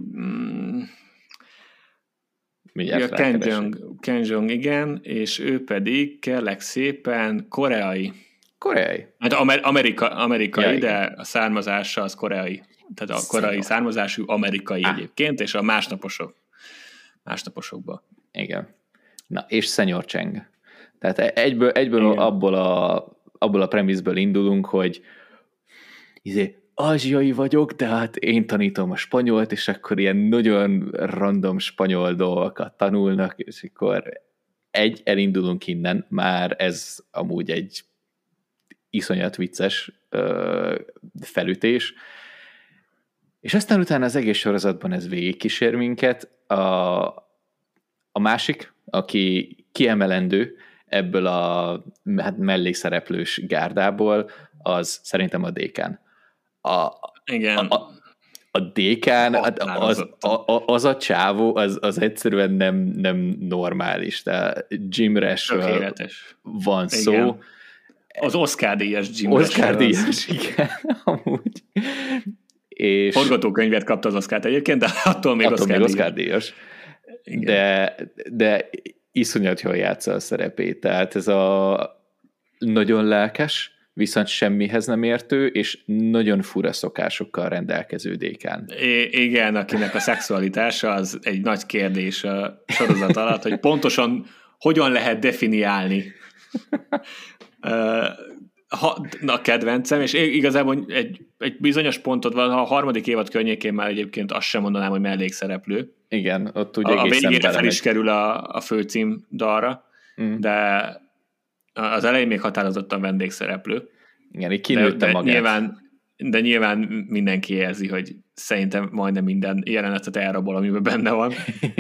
Ken Jeong, igen, és ő pedig kérlek szépen koreai. Koreai? Hát amerikai, ja, de a származása az koreai. Tehát a koreai származású amerikai egyébként, és a másnaposokban. Igen. Na, és Senior Cheng. Tehát egyből abból a premiszből indulunk, hogy ázsiai vagyok, de hát én tanítom a spanyolt, és akkor ilyen nagyon random spanyol dolgokat tanulnak, és akkor elindulunk innen, már ez amúgy egy iszonyat vicces felütés. És aztán utána az egész sorozatban ez végigkísér minket. A másik, aki kiemelendő ebből a mellékszereplős gárdából, az szerintem a dékán. Igen. A dékán, az a csávó, az egyszerűen nem normális. Tehát Jim Rashről van szó. Igen. Az Oscar-díjas Jim Rashről. Oscar-díjas, igen, amúgy. És forgatókönyvet kapta az Oscar-t egyébként, de attól még Oscar-díjas. De iszonyat jól játsza a szerepét. Tehát ez a nagyon lelkes, viszont semmihez nem értő, és nagyon fura szokásokkal rendelkező dékán. Igen, akinek a szexualitása az egy nagy kérdés a sorozat alatt, hogy pontosan hogyan lehet definiálni a kedvencem, és igazából egy bizonyos pontod van, ha a harmadik évad környékén már egyébként azt sem mondanám, hogy mellékszereplő. Igen, ott ugye a végére fel is kerül a főcím dalra, de az elején még határozottan vendégszereplő. Igen, így kinőtte magát. De nyilván mindenki érzi, hogy szerintem majdnem minden jelenetet elrabol, amiben benne van.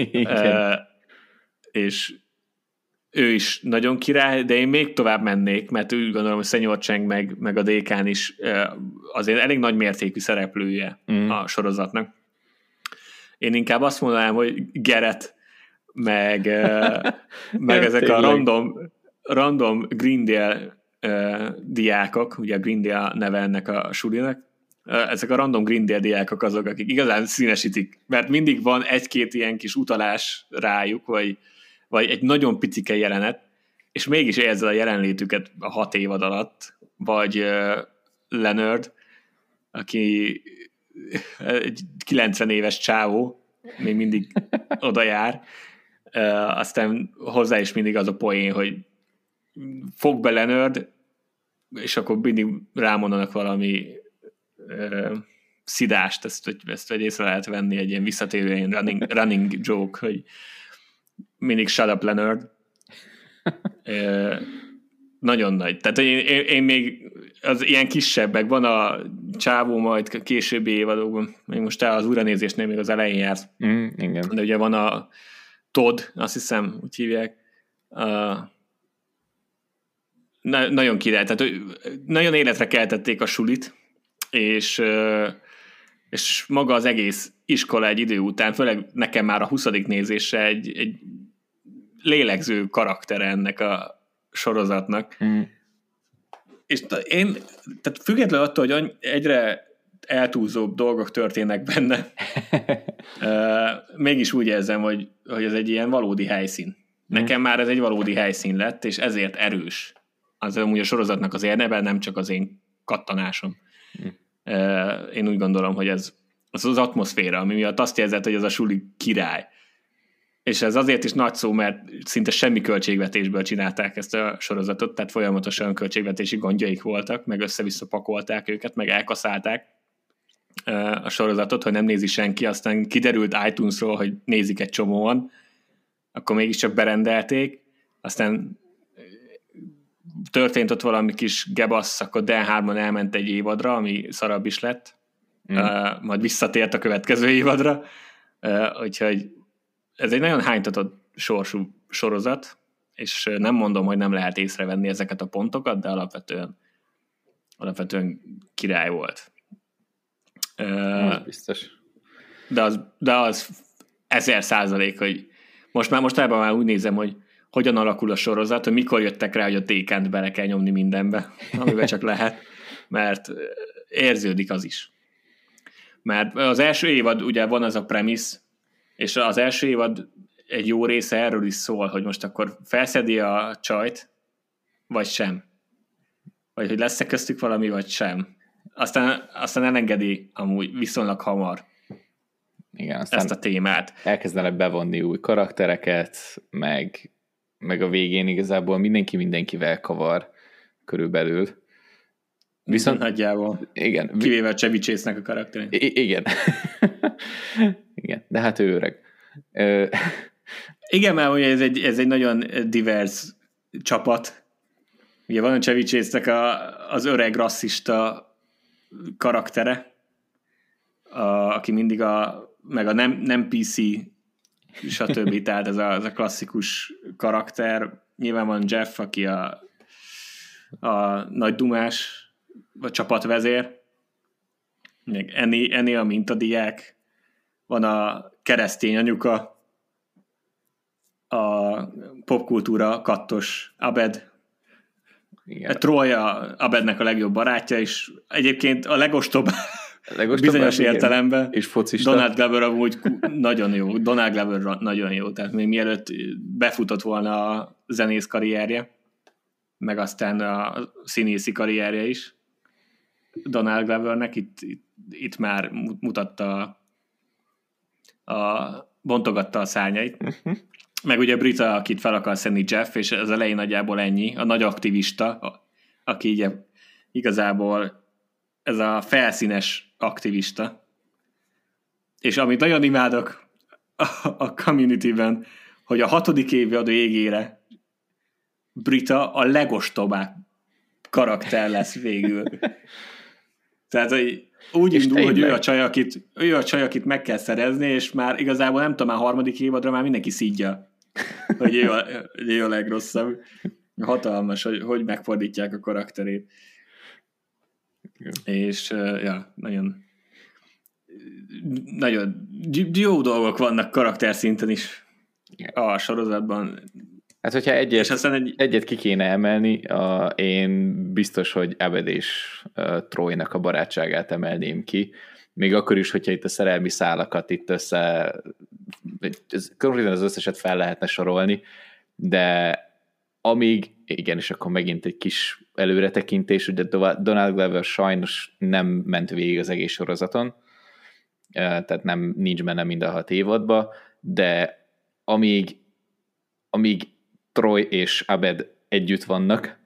És ő is nagyon király, de én még tovább mennék, mert úgy gondolom, hogy Szenyor Cheng meg a dékán is azért elég nagy mértékű szereplője a sorozatnak. Én inkább azt mondanám, hogy Garrett, meg ezek a random Greendale diákok, ugye Greendale neve ennek a sulinak, ezek a random Greendale diákok azok, akik igazán színesítik, mert mindig van egy-két ilyen kis utalás rájuk, vagy egy nagyon picike jelenet, és mégis érzel a jelenlétüket a 6 évad alatt, vagy Leonard, aki egy 90 éves csávó, még mindig oda jár, aztán hozzá is mindig az a poén, hogy fog be Leonard, és akkor mindig rámondanak valami szidást, ezt észre lehet venni, egy ilyen visszatérő ilyen running joke, hogy mindig shut up Leonard. Nagyon nagy. Tehát én még az ilyen kisebbek, van a csávó majd későbbi évadokban, még most az uranézésnél még az elején jársz. Igen. De ugye van a Todd, azt hiszem, úgy hívják. Nagyon király. Tehát nagyon életre keltették a sulit, és maga az egész iskola egy idő után, főleg nekem már a 20. nézésre egy lélegző karaktere ennek a sorozatnak. És tehát függetlenül attól, hogy egyre eltúlzóbb dolgok történnek benne, mégis úgy érzem, hogy ez egy ilyen valódi helyszín. Nekem már ez egy valódi helyszín lett, és ezért erős. Az amúgy a sorozatnak az érnebe, nem csak az én kattanásom. Én úgy gondolom, hogy ez az atmoszféra, ami miatt azt érzed, hogy ez a suli király. És ez azért is nagy szó, mert szinte semmi költségvetésből csinálták ezt a sorozatot, tehát folyamatosan költségvetési gondjaik voltak, meg össze-vissza pakolták őket, meg elkaszálták a sorozatot, hogy nem nézi senki, aztán kiderült iTunes-ról, hogy nézik egy csomóan, akkor mégiscsak berendelték, aztán történt ott valami kis gebasz, akkor Dan Harmon elment egy évadra, ami szarabb is lett, majd visszatért a következő évadra, úgyhogy ez egy nagyon hánytatott sorsú sorozat, és nem mondom, hogy nem lehet észrevenni ezeket a pontokat, de alapvetően király volt. Ez biztos. De az 1000%, hogy mostanában már úgy nézem, hogy hogyan alakul a sorozat, hogy mikor jöttek rá, hogy a tékánt bele kell nyomni mindenbe, amiben csak lehet, mert érződik az is. Mert az első évad, ugye van az a premisz, és az első évad egy jó része erről is szól, hogy most akkor felszedi a csajt, vagy sem. Vagy hogy lesz-e köztük valami, vagy sem. Aztán elengedi amúgy viszonylag hamar. Igen, ezt a témát. Elkezdenek bevonni új karaktereket, meg a végén igazából mindenkivel kavar körülbelül. Viszont nagyjából. Igen. Kivéve a Chevy Chase-nek a karakterét. Igen. Igen, de hát ő öreg. Igen, mert ugye ez egy nagyon divers csapat. Ugye van a Chevy Chase-nek az öreg rasszista karaktere, aki mindig meg a nem PC, stb. Tehát ez a klasszikus karakter. Nyilván van Jeff, aki a nagy dumás, vagy csapatvezér, Annie a mintadiák, van a keresztény anyuka, a popkultúra kattos Abed, Troya Abednek a legjobb barátja, és egyébként a legostobb bizonyos értelemben. És focista. Donald Glover amúgy nagyon jó. Donald Glover nagyon jó. Tehát még mielőtt befutott volna a zenész karrierje, meg aztán a színészi karrierje is Donald Glovernek itt már mutatta bontogatta a szárnyait. Meg ugye Brita, akit fel akar szenni Jeff, és az elején nagyjából ennyi. A nagy aktivista, aki így igazából ez a felszínes aktivista. És amit nagyon imádok a Community-ben, hogy a 6. évad végére Brita a legostobább karakter lesz végül. Tehát, hogy úgy és indul, hogy ő a csaj, akit meg kell szerezni, és már igazából nem tudom, már 3. évadra már mindenki szidja, hogy ő a legrosszabb. Hatalmas, hogy megfordítják a karakterét. És nagyon jó dolgok vannak karakterszinten is a sorozatban. Hát, hogyha egyet ki kéne emelni, én biztos, hogy Abed és Troynak a barátságát emelném ki. Még akkor is, hogyha itt a szerelmi szálakat itt konkrétan az összeset fel lehetne sorolni, de amíg, igen, és akkor megint egy kis előretekintés, hogy Donald Glover sajnos nem ment végig az egész sorozaton, tehát nincs benne mind a 6 évadban, de amíg Troy és Abed együtt vannak,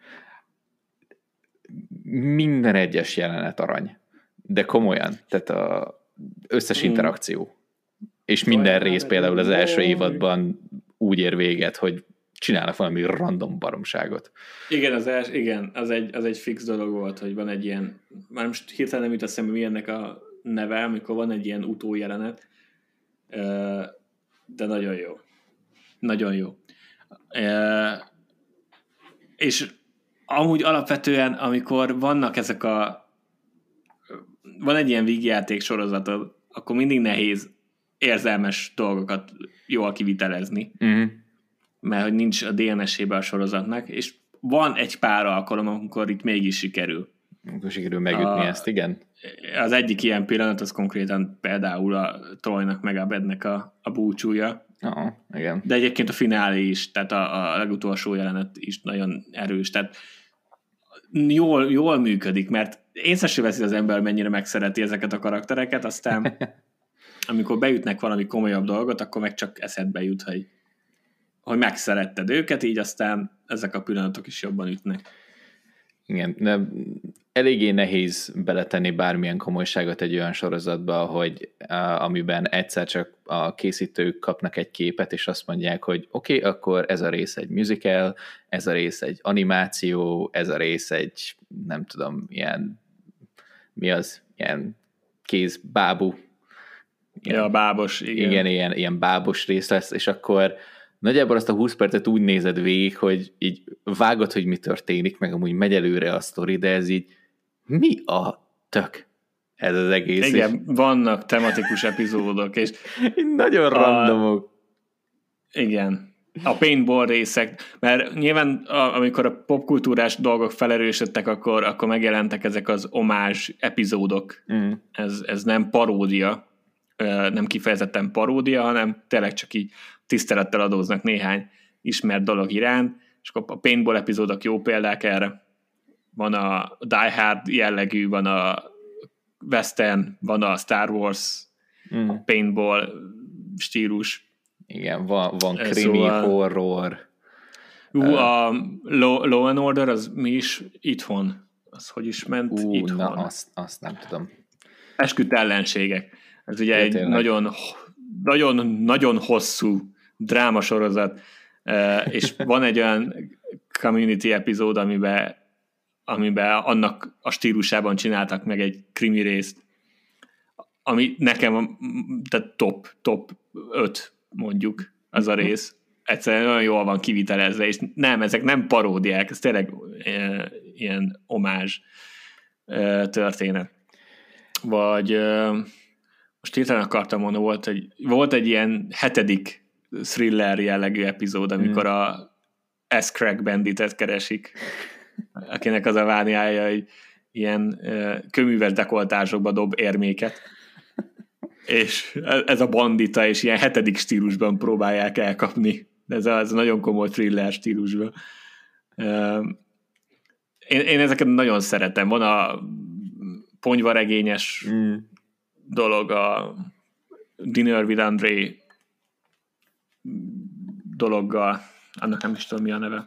minden egyes jelenet arany. De komolyan, tehát az összes interakció. És minden rész például az első évadban úgy ér véget, hogy csinálnak valami random baromságot. Igen, az egy fix dolog volt, hogy van egy ilyen, már most hirtelen nem jut eszembe, mi ennek a neve, amikor van egy ilyen utójelenet, de nagyon jó. Nagyon jó. És amúgy alapvetően, amikor vannak van egy ilyen vígjáték sorozatod, akkor mindig nehéz érzelmes dolgokat jól kivitelezni, mert hogy nincs a DNS-ébe a sorozatnak, és van egy pár alkalom, amikor itt mégis sikerül. Akkor sikerül megütni ezt, igen. Az egyik ilyen pillanat, az konkrétan például a Troynak meg a Bednek a búcsúja. Igen. De egyébként a finálé is, tehát a legutolsó jelenet is nagyon erős. Tehát jól működik, mert észre se veszi az ember, mennyire megszereti ezeket a karaktereket, aztán amikor beütnek valami komolyabb dolgot, akkor meg csak eszedbe jut, hogy megszeretted őket, így aztán ezek a pillanatok is jobban ütnek. Igen, de eléggé nehéz beletenni bármilyen komolyságot egy olyan sorozatba, hogy amiben egyszer csak a készítők kapnak egy képet, és azt mondják, hogy oké, akkor ez a rész egy musical, ez a rész egy animáció, ez a rész egy, nem tudom, ilyen, mi az, ilyen kézbábú. Ja, bábos, igen. Igen, ilyen bábos rész lesz, és akkor nagyjából azt a 20 percet úgy nézed végig, hogy így vágod, hogy mi történik, meg amúgy megy előre a sztori, de ez így mi a tök ez az egész? Igen, vannak tematikus epizódok, és nagyon randomok. Igen. A paintball részek, mert nyilván amikor a popkultúrás dolgok felerősödtek, akkor megjelentek ezek az omázs epizódok. Ez nem paródia, nem kifejezetten paródia, hanem tényleg csak így tisztelettel adóznak néhány ismert dolog iránt, és akkor a paintball epizódok jó példák erre. Van a Die Hard jellegű, van a Western, van a Star Wars, a paintball stílus. Igen, van krimi, horror. A Law and Order, az mi is itthon? Az hogy is ment itthon? Na, azt nem tudom. Esküdt ellenségek. Ez ugye egy nagyon hosszú drámasorozat, és van egy olyan Community epizód, amiben annak a stílusában csináltak meg egy krimi részt, ami nekem tehát top 5 mondjuk az a rész. Egyszerűen nagyon jól van kivitelezve, és nem, ezek nem paródiák, ez tényleg ilyen omázs történet. vagy most hirtelen akartam mondani, volt egy ilyen 7. thriller jellegű epizód, amikor a S. Craig Banditet keresik, akinek az a vániája, hogy ilyen kőműves dekoltásokba dob érméket, és ez a bandita, és ilyen 7. stílusban próbálják elkapni. Ez a nagyon komoly thriller stílusban. Én ezeket nagyon szeretem. Van a ponyvaregényes dolog, a Dinner with Andre dologgal, annak nem is tudom, mi a neve.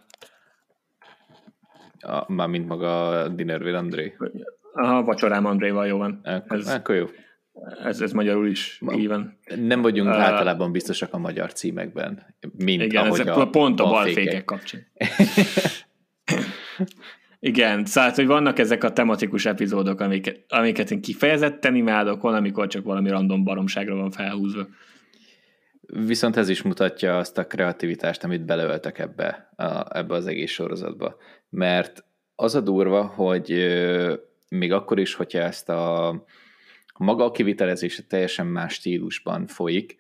Mármint maga a Dinner with Andre. Aha, Vacsorám Andréval, jó van. Akkor jó. Ez magyarul is így van. Nem vagyunk általában biztosak a magyar címekben, mint igen, ahogy ezek pont a balfékek kapcsán. Igen, szóval, hogy vannak ezek a tematikus epizódok, amiket én kifejezetten imádok, van, amikor csak valami random baromságra van felhúzva. Viszont ez is mutatja azt a kreativitást, amit beleöltek ebbe az egész sorozatba. Mert az a durva, hogy még akkor is, hogyha ezt maga a kivitelezése teljesen más stílusban folyik,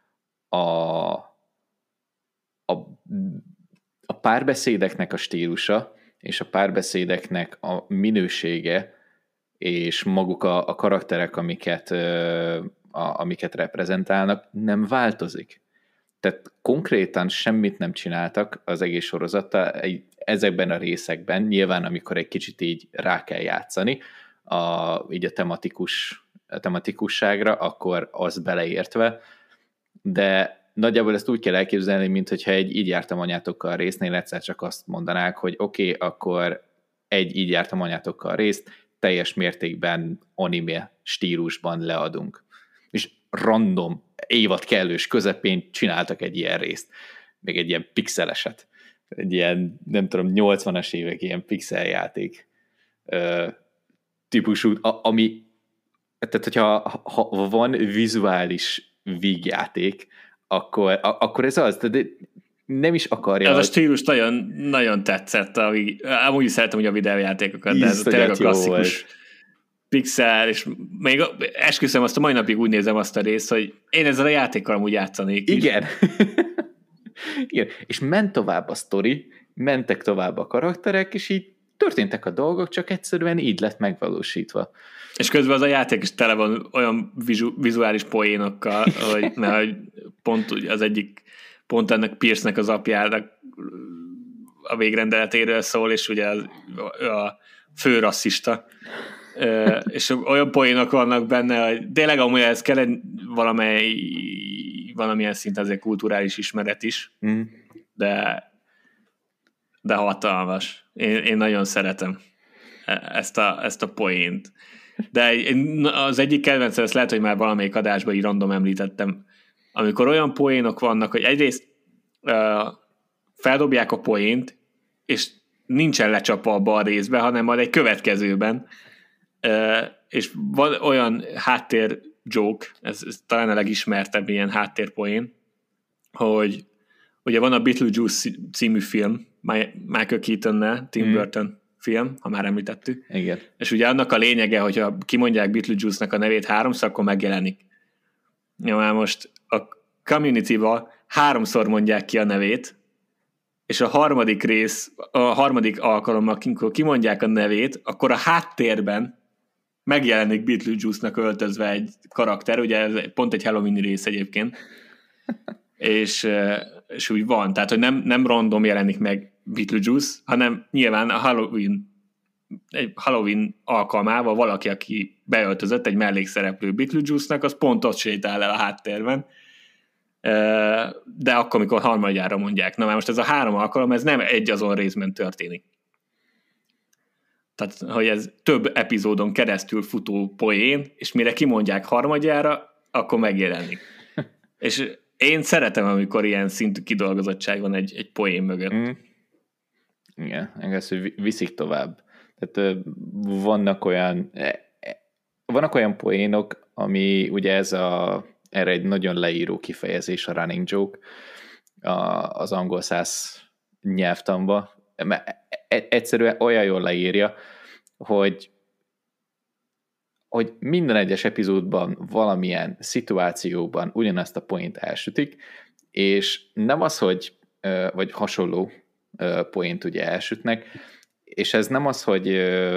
a párbeszédeknek a stílusa, és a párbeszédeknek a minősége, és maguk a karakterek, amiket reprezentálnak, nem változik. Tehát konkrétan semmit nem csináltak az egész sorozattal ezekben a részekben, nyilván amikor egy kicsit így rá kell játszani, így a tematikusságra, akkor az beleértve, de nagyjából ezt úgy kell elképzelni, mint hogyha egy így jártam anyátokkal résznél egyszer csak azt mondanák, hogy oké, akkor egy így jártam anyátokkal részt teljes mértékben anime stílusban leadunk. És random évad kellős közepén csináltak egy ilyen részt. Még egy ilyen pixeleset. Egy ilyen, nem tudom, 80-as évek ilyen pixeljáték típusú, ami, tehát hogyha van vizuális vígjáték, akkor ez az, de nem is akarja. Ez a stílus nagyon, nagyon tetszett. Amúgy is szeretem, hogy a videójátékokat, de ez tényleg a klasszikus pixel, és még esküszöm, azt a mai napig úgy nézem azt a részt, hogy én ezzel a játékkal amúgy játszanék is. Igen. Igen. És ment tovább a sztori, mentek tovább a karakterek, és így történtek a dolgok, csak egyszerűen így lett megvalósítva. És közben az a játék is tele van olyan vizuális poénokkal, hogy pont az egyik pont ennek Pierce-nek az apjának a végrendeletéről szól, és ugye a fő rasszista. És olyan poénok vannak benne, hogy tényleg amúgy ez kell valamilyen szinten azért kulturális ismeret is, de hatalmas. Én nagyon szeretem ezt a poént. De az egyik kedvencem, ezt lehet, hogy már valamelyik adásban így random említettem, amikor olyan poénok vannak, hogy egyrészt feldobják a poént, és nincsen lecsapva abba a részbe, hanem majd egy következőben, és van olyan háttér joke, ez talán a legismertebb ilyen háttérpoén, hogy ugye van a Beetlejuice című film, Michael Keatonnel, Tim Burton film, ha már említettük. Igen. És ugye annak a lényege, hogyha kimondják Beetlejuice-nak a nevét 3-szor, akkor megjelenik. Ja, már most a Community-val 3-szor mondják ki a nevét, és a harmadik alkalommal, amikor kimondják a nevét, akkor a háttérben megjelenik Beetlejuice-nak öltözve egy karakter, ugye ez pont egy Halloween rész egyébként, és úgy van, tehát hogy nem random jelenik meg Beetlejuice, hanem nyilván a Halloween alkalmával valaki, aki beöltözött egy mellékszereplő Beetlejuice-nak, az pont ott sétál el a háttérben, de akkor, amikor harmadjára mondják. Na már most ez a 3 alkalom, ez nem egy azon részben történik. Tehát, hogy ez több epizódon keresztül futó poén, és mire kimondják harmadjára, akkor megjelenik. És én szeretem, amikor ilyen szintű kidolgozottság van egy poén mögött. Igen, engem hogy viszik tovább. Tehát vannak olyan poénok, ami ugye erre egy nagyon leíró kifejezés, a running joke az angol száz nyelvtanba. Egyszerűen olyan jól leírja, hogy hogy minden egyes epizódban valamilyen szituációban ugyanezt a point elsütik, és nem az, hogy vagy hasonló point ugye elsütnek, és ez nem az, hogy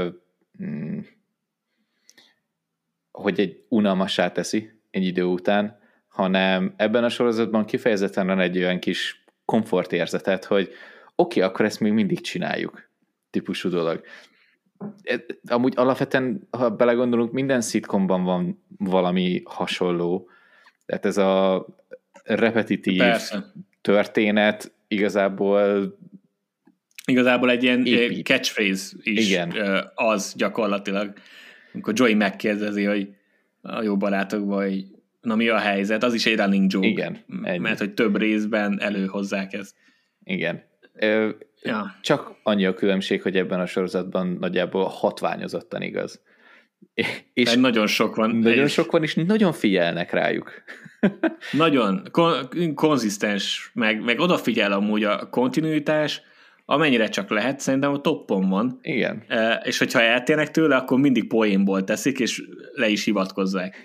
egy unalmassá teszi egy idő után, hanem ebben a sorozatban kifejezetten van egy olyan kis komfortérzetet, hogy oké, akkor ezt még mindig csináljuk típusú dolog. Amúgy alapvetően, ha belegondolunk, minden szitkomban van valami hasonló. Tehát ez a repetitív történet igazából egy ilyen catchphrase is. Igen. Az gyakorlatilag, amikor Joey megkérdezi, hogy a jó barátokban, hogy na mi a helyzet, az is egy running joke. Igen. Mert hogy több részben előhozzák ezt. Igen. Csak annyi a különbség, hogy ebben a sorozatban nagyjából hatványozottan igaz. És nagyon sok van. Nagyon sok van, és nagyon figyelnek rájuk. Nagyon konzisztens, meg odafigyel amúgy a kontinuitás, amennyire csak lehet, szerintem a toppon van. Igen. És hogyha eltérnek tőle, akkor mindig poénból teszik, és le is hivatkozzák.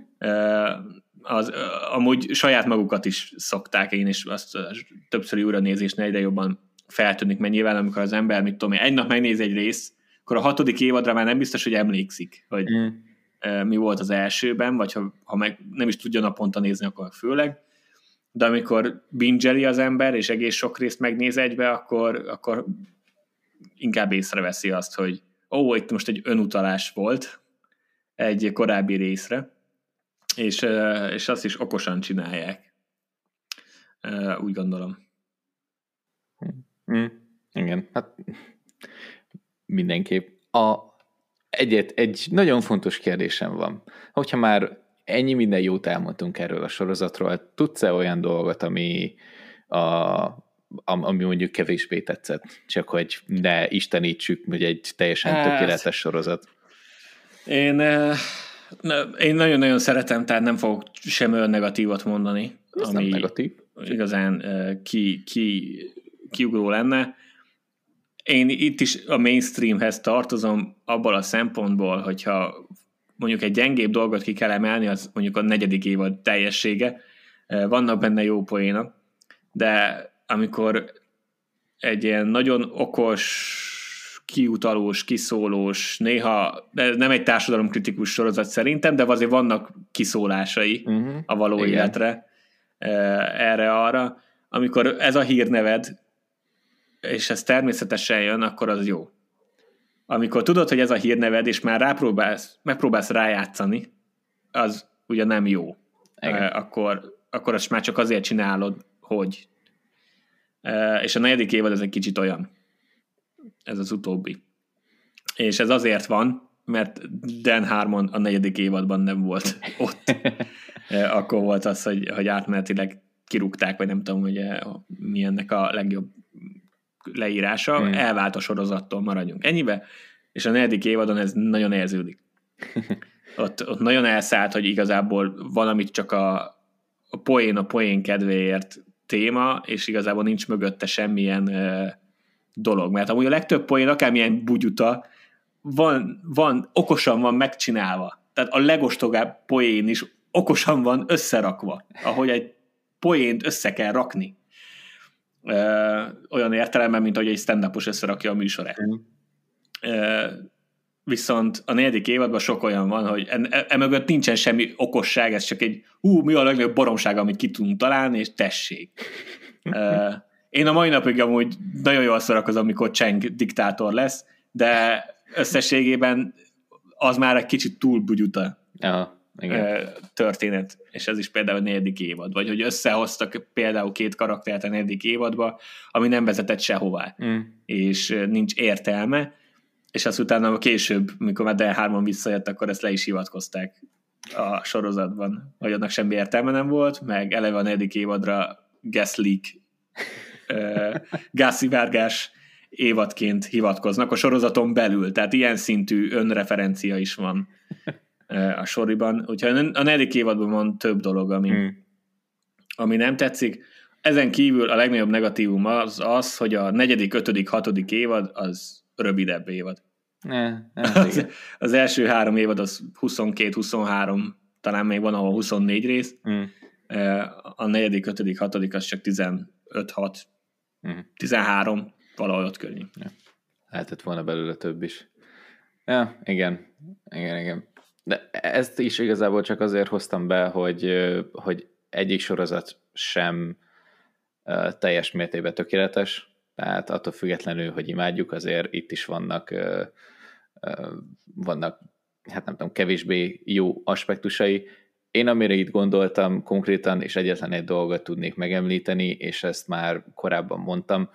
Amúgy saját magukat is szokták, én is azt többszöri újranézésnél egyre jobban feltűnik, mert nyilván amikor az ember, mit tudom én, egy nap megnéz egy részt, akkor a 6. évadra már nem biztos, hogy emlékszik, hogy mi volt az elsőben, vagy ha meg nem is tudja naponta nézni, akkor főleg. De amikor binge-eli az ember, és egész sok részt megnéz egybe, akkor inkább észreveszi azt, hogy itt most egy önutalás volt egy korábbi részre, és azt is okosan csinálják. Úgy gondolom. Igen, hát mindenképp. Egy nagyon fontos kérdésem van. Hogyha már ennyi minden jót elmondtunk erről a sorozatról, tudsz-e olyan dolgot, ami mondjuk kevésbé tetszett? Csak hogy ne istenítsük, hogy egy teljesen tökéletes sorozat. Én nagyon-nagyon szeretem, tehát nem fogok semmi olyan negatívot mondani. Ez ami nem negatív. Igazán kiugró lenne. Én itt is a mainstreamhez tartozom abból a szempontból, hogyha mondjuk egy gyengébb dolgot ki kell emelni, az mondjuk a 4. évad teljessége. Vannak benne jó poénok, de amikor egy ilyen nagyon okos, kiutalós, kiszólós, néha nem egy társadalomkritikus sorozat szerintem, de azért vannak kiszólásai a való életre, erre-arra. Amikor ez a hírneved, és ez természetesen jön, akkor az jó. Amikor tudod, hogy ez a hírneved, és már megpróbálsz rájátszani, az ugye nem jó. Akkor azt már csak azért csinálod, hogy. És a 4. évad ez egy kicsit olyan. Ez az utóbbi. És ez azért van, mert Dan Harmon a 4. évadban nem volt ott. Akkor volt az, hogy átmenetileg kirúgták, vagy nem tudom, hogy mi ennek a legjobb leírása. Elvált a sorozattól, maradjunk ennyibe. És a 4. évadon ez nagyon érződik. Ott nagyon elszállt, hogy igazából valamit csak a poén kedvéért téma, és igazából nincs mögötte semmilyen dolog. Mert amúgy a legtöbb poén, akármilyen bugyuta, okosan van megcsinálva. Tehát a legostogább poén is okosan van összerakva, ahogy egy poént össze kell rakni. Olyan értelemben, mint ahogy egy stand-upos összerakja a műsorát. Viszont a 4. évadban sok olyan van, hogy emögött nincsen semmi okosság, ez csak egy mi a legnagyobb baromság, amit ki tudunk találni, és tessék. Én a mai napig amúgy nagyon jól szórakozom, amikor Chang diktátor lesz, de összességében az már egy kicsit túl bugyuta történet, és ez is például a 4. évad, vagy hogy összehoztak például 2 karaktert a 4. évadba, ami nem vezetett sehová, és nincs értelme, és azt utána később, mikor már Dan Harmon visszajött, akkor ezt le is hivatkozták a sorozatban, hogy annak semmi értelme nem volt, meg eleve a 4. évadra gas leak, gázszivárgás évadként hivatkoznak a sorozaton belül, tehát ilyen szintű önreferencia is van a soriban. Úgyhogy a 4. évadban van több dolog, ami nem tetszik. Ezen kívül a legnagyobb negatívum az, hogy a 4., 5., 6. évad az rövidebb évad. Igen. Az első 3 évad az 22-23, talán még van, ahol 24 rész. A 4., 5., 6. az csak 15-6, 13, valahol ott környék. Lehetett volna belőle több is. Ja, igen. De ezt is igazából csak azért hoztam be, hogy egyik sorozat sem teljes mértékben tökéletes, tehát attól függetlenül, hogy imádjuk, azért itt is vannak, hát nem tudom, kevésbé jó aspektusai. Én amire itt gondoltam konkrétan, és egyetlen egy dolgot tudnék megemlíteni, és ezt már korábban mondtam,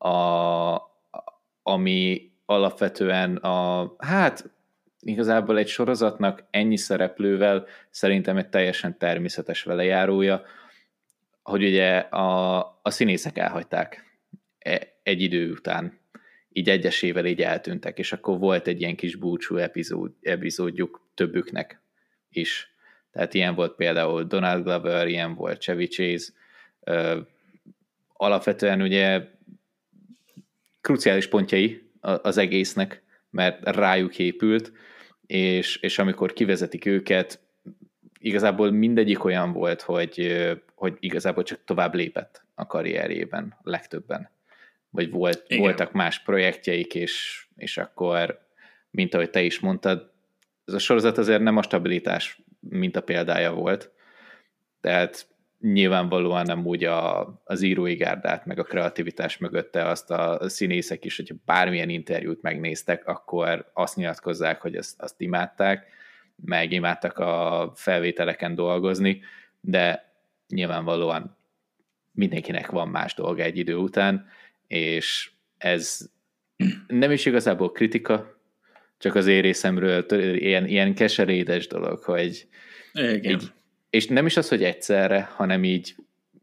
ami alapvetően hát igazából egy sorozatnak ennyi szereplővel szerintem egy teljesen természetes velejárója, hogy ugye a színészek elhagyták egy idő után, így egyesével így eltűntek, és akkor volt egy ilyen kis búcsú epizódjuk többüknek is. Tehát ilyen volt például Donald Glover, ilyen volt Chevy Chase. Alapvetően ugye kruciális pontjai az egésznek, mert rájuk épült, és amikor kivezetik őket, igazából mindegyik olyan volt, hogy igazából csak tovább lépett a karrierjében, legtöbben. Vagy voltak más projektjeik, és akkor, mint ahogy te is mondtad, ez a sorozat azért nem a stabilitás mint a példája volt, tehát nyilvánvalóan nem úgy az írói gárdát, meg a kreativitás mögötte azt a színészek is, hogyha bármilyen interjút megnéztek, akkor azt nyilatkozzák, hogy azt imádták, meg imádtak a felvételeken dolgozni, de nyilvánvalóan mindenkinek van más dolga egy idő után, és ez nem is igazából kritika, csak az én részemről ilyen keserédes dolog, hogy így, és nem is az, hogy egyszerre, hanem így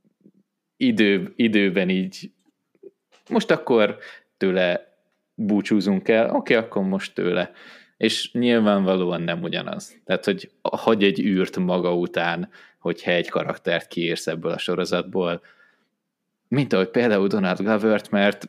időben így most akkor tőle búcsúzunk el, oké, akkor most tőle. És nyilvánvalóan nem ugyanaz. Tehát, hogy hagy egy űrt maga után, hogyha egy karaktert kiírsz ebből a sorozatból, mint ahogy például Donald Glovert, mert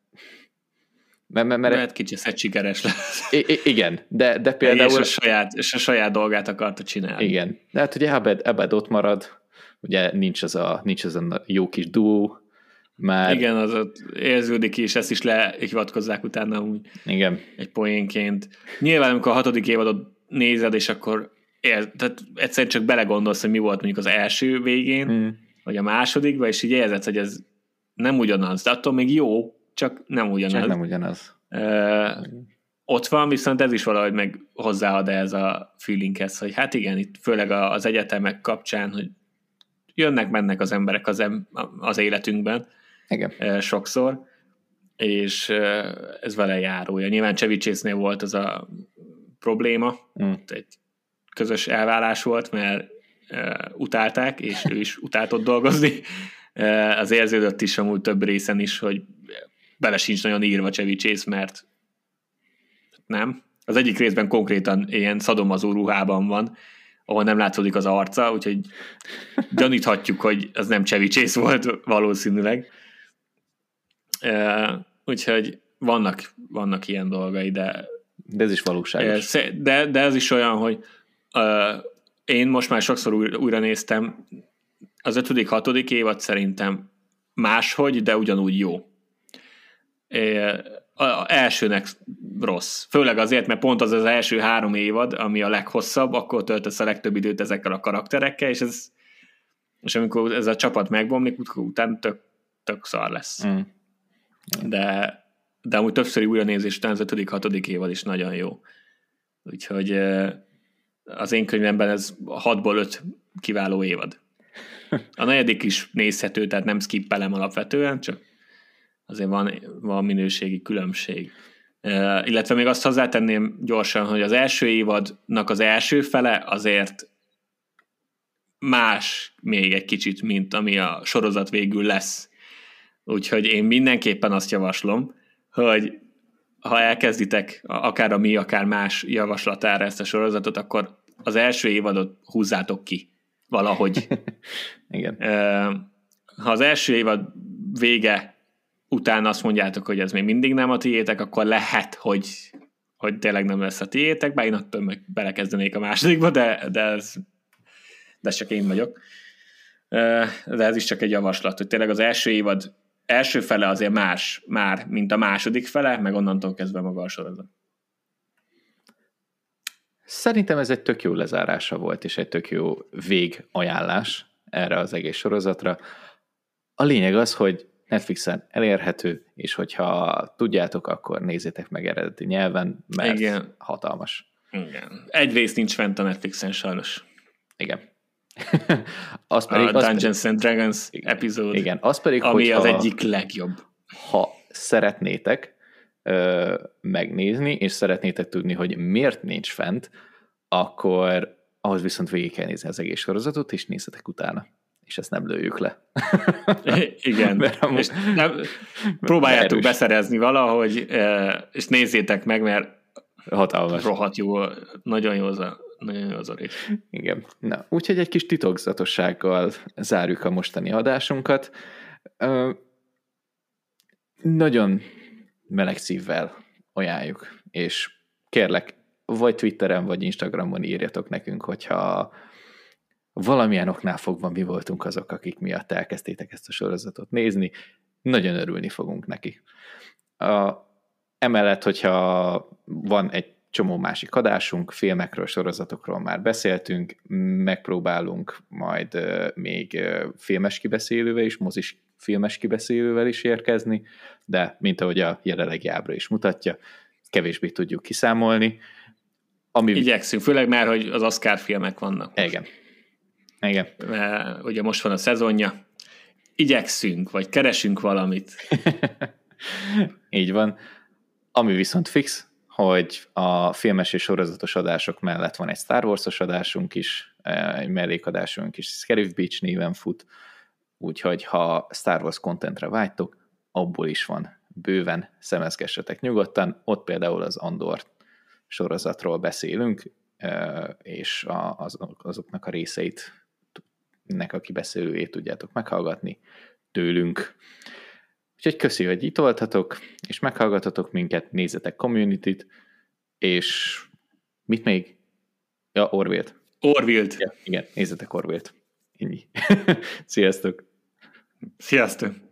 kicsi sikeres lesz. Igen, de például... És a saját dolgát akarta csinálni. Igen, de hát ugye Abed ott marad, ugye nincs az a jó kis duó, már... Igen, az ott érződik, és ezt is lehivatkozzák utána úgy. Igen. Egy poénként. Nyilván, amikor a 6. évadot nézed, és akkor tehát egyszerűen csak belegondolsz, hogy mi volt mondjuk az első végén, vagy a másodikban, és így érzed, hogy ez nem ugyanaz. De attól még jó, csak nem ugyanaz. Csak nem ugyanaz. Ott van, viszont ez is valahogy meg hozzáad ez a feelinghez, hogy hát igen, itt főleg az egyetemek kapcsán, hogy jönnek-mennek az emberek az életünkben. Igen. Sokszor, és ez vele járója. Nyilván Chevy Chase-nél volt az a probléma, egy közös elválás volt, mert utálták, és ő is utált ott dolgozni. Az érződött is amúgy több részen is, hogy bele sincs nagyon írva Chevy Chase, mert nem. Az egyik részben konkrétan ilyen szadomazó ruhában van, ahol nem látszódik az arca, úgyhogy gyaníthatjuk, hogy az nem Chevy Chase volt valószínűleg. Úgyhogy vannak ilyen dolgai, de ez is valóságos. De ez is olyan, hogy én most már sokszor újra néztem, az 5., 6. évad szerintem máshogy, de ugyanúgy jó. Az elsőnek rossz. Főleg azért, mert pont az első 3 évad, ami a leghosszabb, akkor töltesz a legtöbb időt ezekkel a karakterekkel, és amikor ez a csapat megbomlik, utána tök szar lesz. De amúgy többszöri újranézés után az 5., 6. évad is nagyon jó. Úgyhogy az én könyvemben ez 6-ból 5 kiváló évad. A 4. is nézhető, tehát nem skippelem alapvetően, csak azért van minőségi különbség. Illetve még azt hozzátenném gyorsan, hogy az első évadnak az első fele azért más még egy kicsit, mint ami a sorozat végül lesz. Úgyhogy én mindenképpen azt javaslom, hogy ha elkezditek akár a mi, akár más javaslatára ezt a sorozatot, akkor az első évadot húzzátok ki valahogy. Igen. Ha az első évad vége után azt mondjátok, hogy ez még mindig nem a tiétek, akkor lehet, hogy hogy tényleg nem lesz a tiétek, bár én attól meg belekezdenék a másodikba, de ez csak én vagyok. De ez is csak egy javaslat, hogy tényleg az első évad első fele azért más már, mint a második fele, meg onnantól kezdve maga a sorozat. Szerintem ez egy tök jó lezárása volt, és egy tök jó végajánlás erre az egész sorozatra. A lényeg az, hogy Netflixen elérhető, és hogyha tudjátok, akkor nézzétek meg eredeti nyelven, mert igen. Hatalmas. Igen. Egyrészt nincs fent a Netflixen sajnos. Igen. az pedig, a Dungeons and Dragons epizód, igen, az pedig, ami az egyik legjobb. Ha szeretnétek megnézni, és szeretnétek tudni, hogy miért nincs fent, akkor ahhoz viszont végig kell nézni az egész sorozatot, és nézzetek utána. És ezt nem lőjük le. Igen. És próbáljátok beszerezni valahogy, és nézzétek meg, mert hatalmas. Rohadt jó, nagyon jó az a rész. Igen. Na, úgyhogy egy kis titokzatossággal zárjuk a mostani adásunkat. Nagyon meleg szívvel ajánljuk, és kérlek, vagy Twitteren, vagy Instagramon írjatok nekünk, hogyha valamilyen oknál fogva mi voltunk azok, akik miatt elkezdtétek ezt a sorozatot nézni. Nagyon örülni fogunk neki. Emellett, hogyha van egy csomó másik adásunk, filmekről, sorozatokról már beszéltünk, megpróbálunk majd még filmes kibeszélővel is, mozis filmes kibeszélővel is érkezni, de mint ahogy a jelenlegi ábra is mutatja, kevésbé tudjuk kiszámolni. Igyekszünk, főleg már, hogy az Oscar filmek vannak. Igen. Igen. Ugye most van a szezonja. Igyekszünk, vagy keresünk valamit. Így van. Ami viszont fix, hogy a filmes és sorozatos adások mellett van egy Star Wars-os adásunk is, egy mellékadásunk is, Sheriff Beach néven fut, úgyhogy ha Star Wars contentre vágytok, abból is van bőven, szemezgessetek nyugodtan, ott például az Andor sorozatról beszélünk, és azoknak a részeit, nek a kibeszélőjét tudjátok meghallgatni tőlünk. Úgyhogy köszi, hogy itt voltatok, és meghallgatatok minket, nézzetek Community-t, és mit még? Ja, Orville-t. Orville-t. Ja, igen, nézzetek Orville-t. Ennyi. Sziasztok! Sziasztok!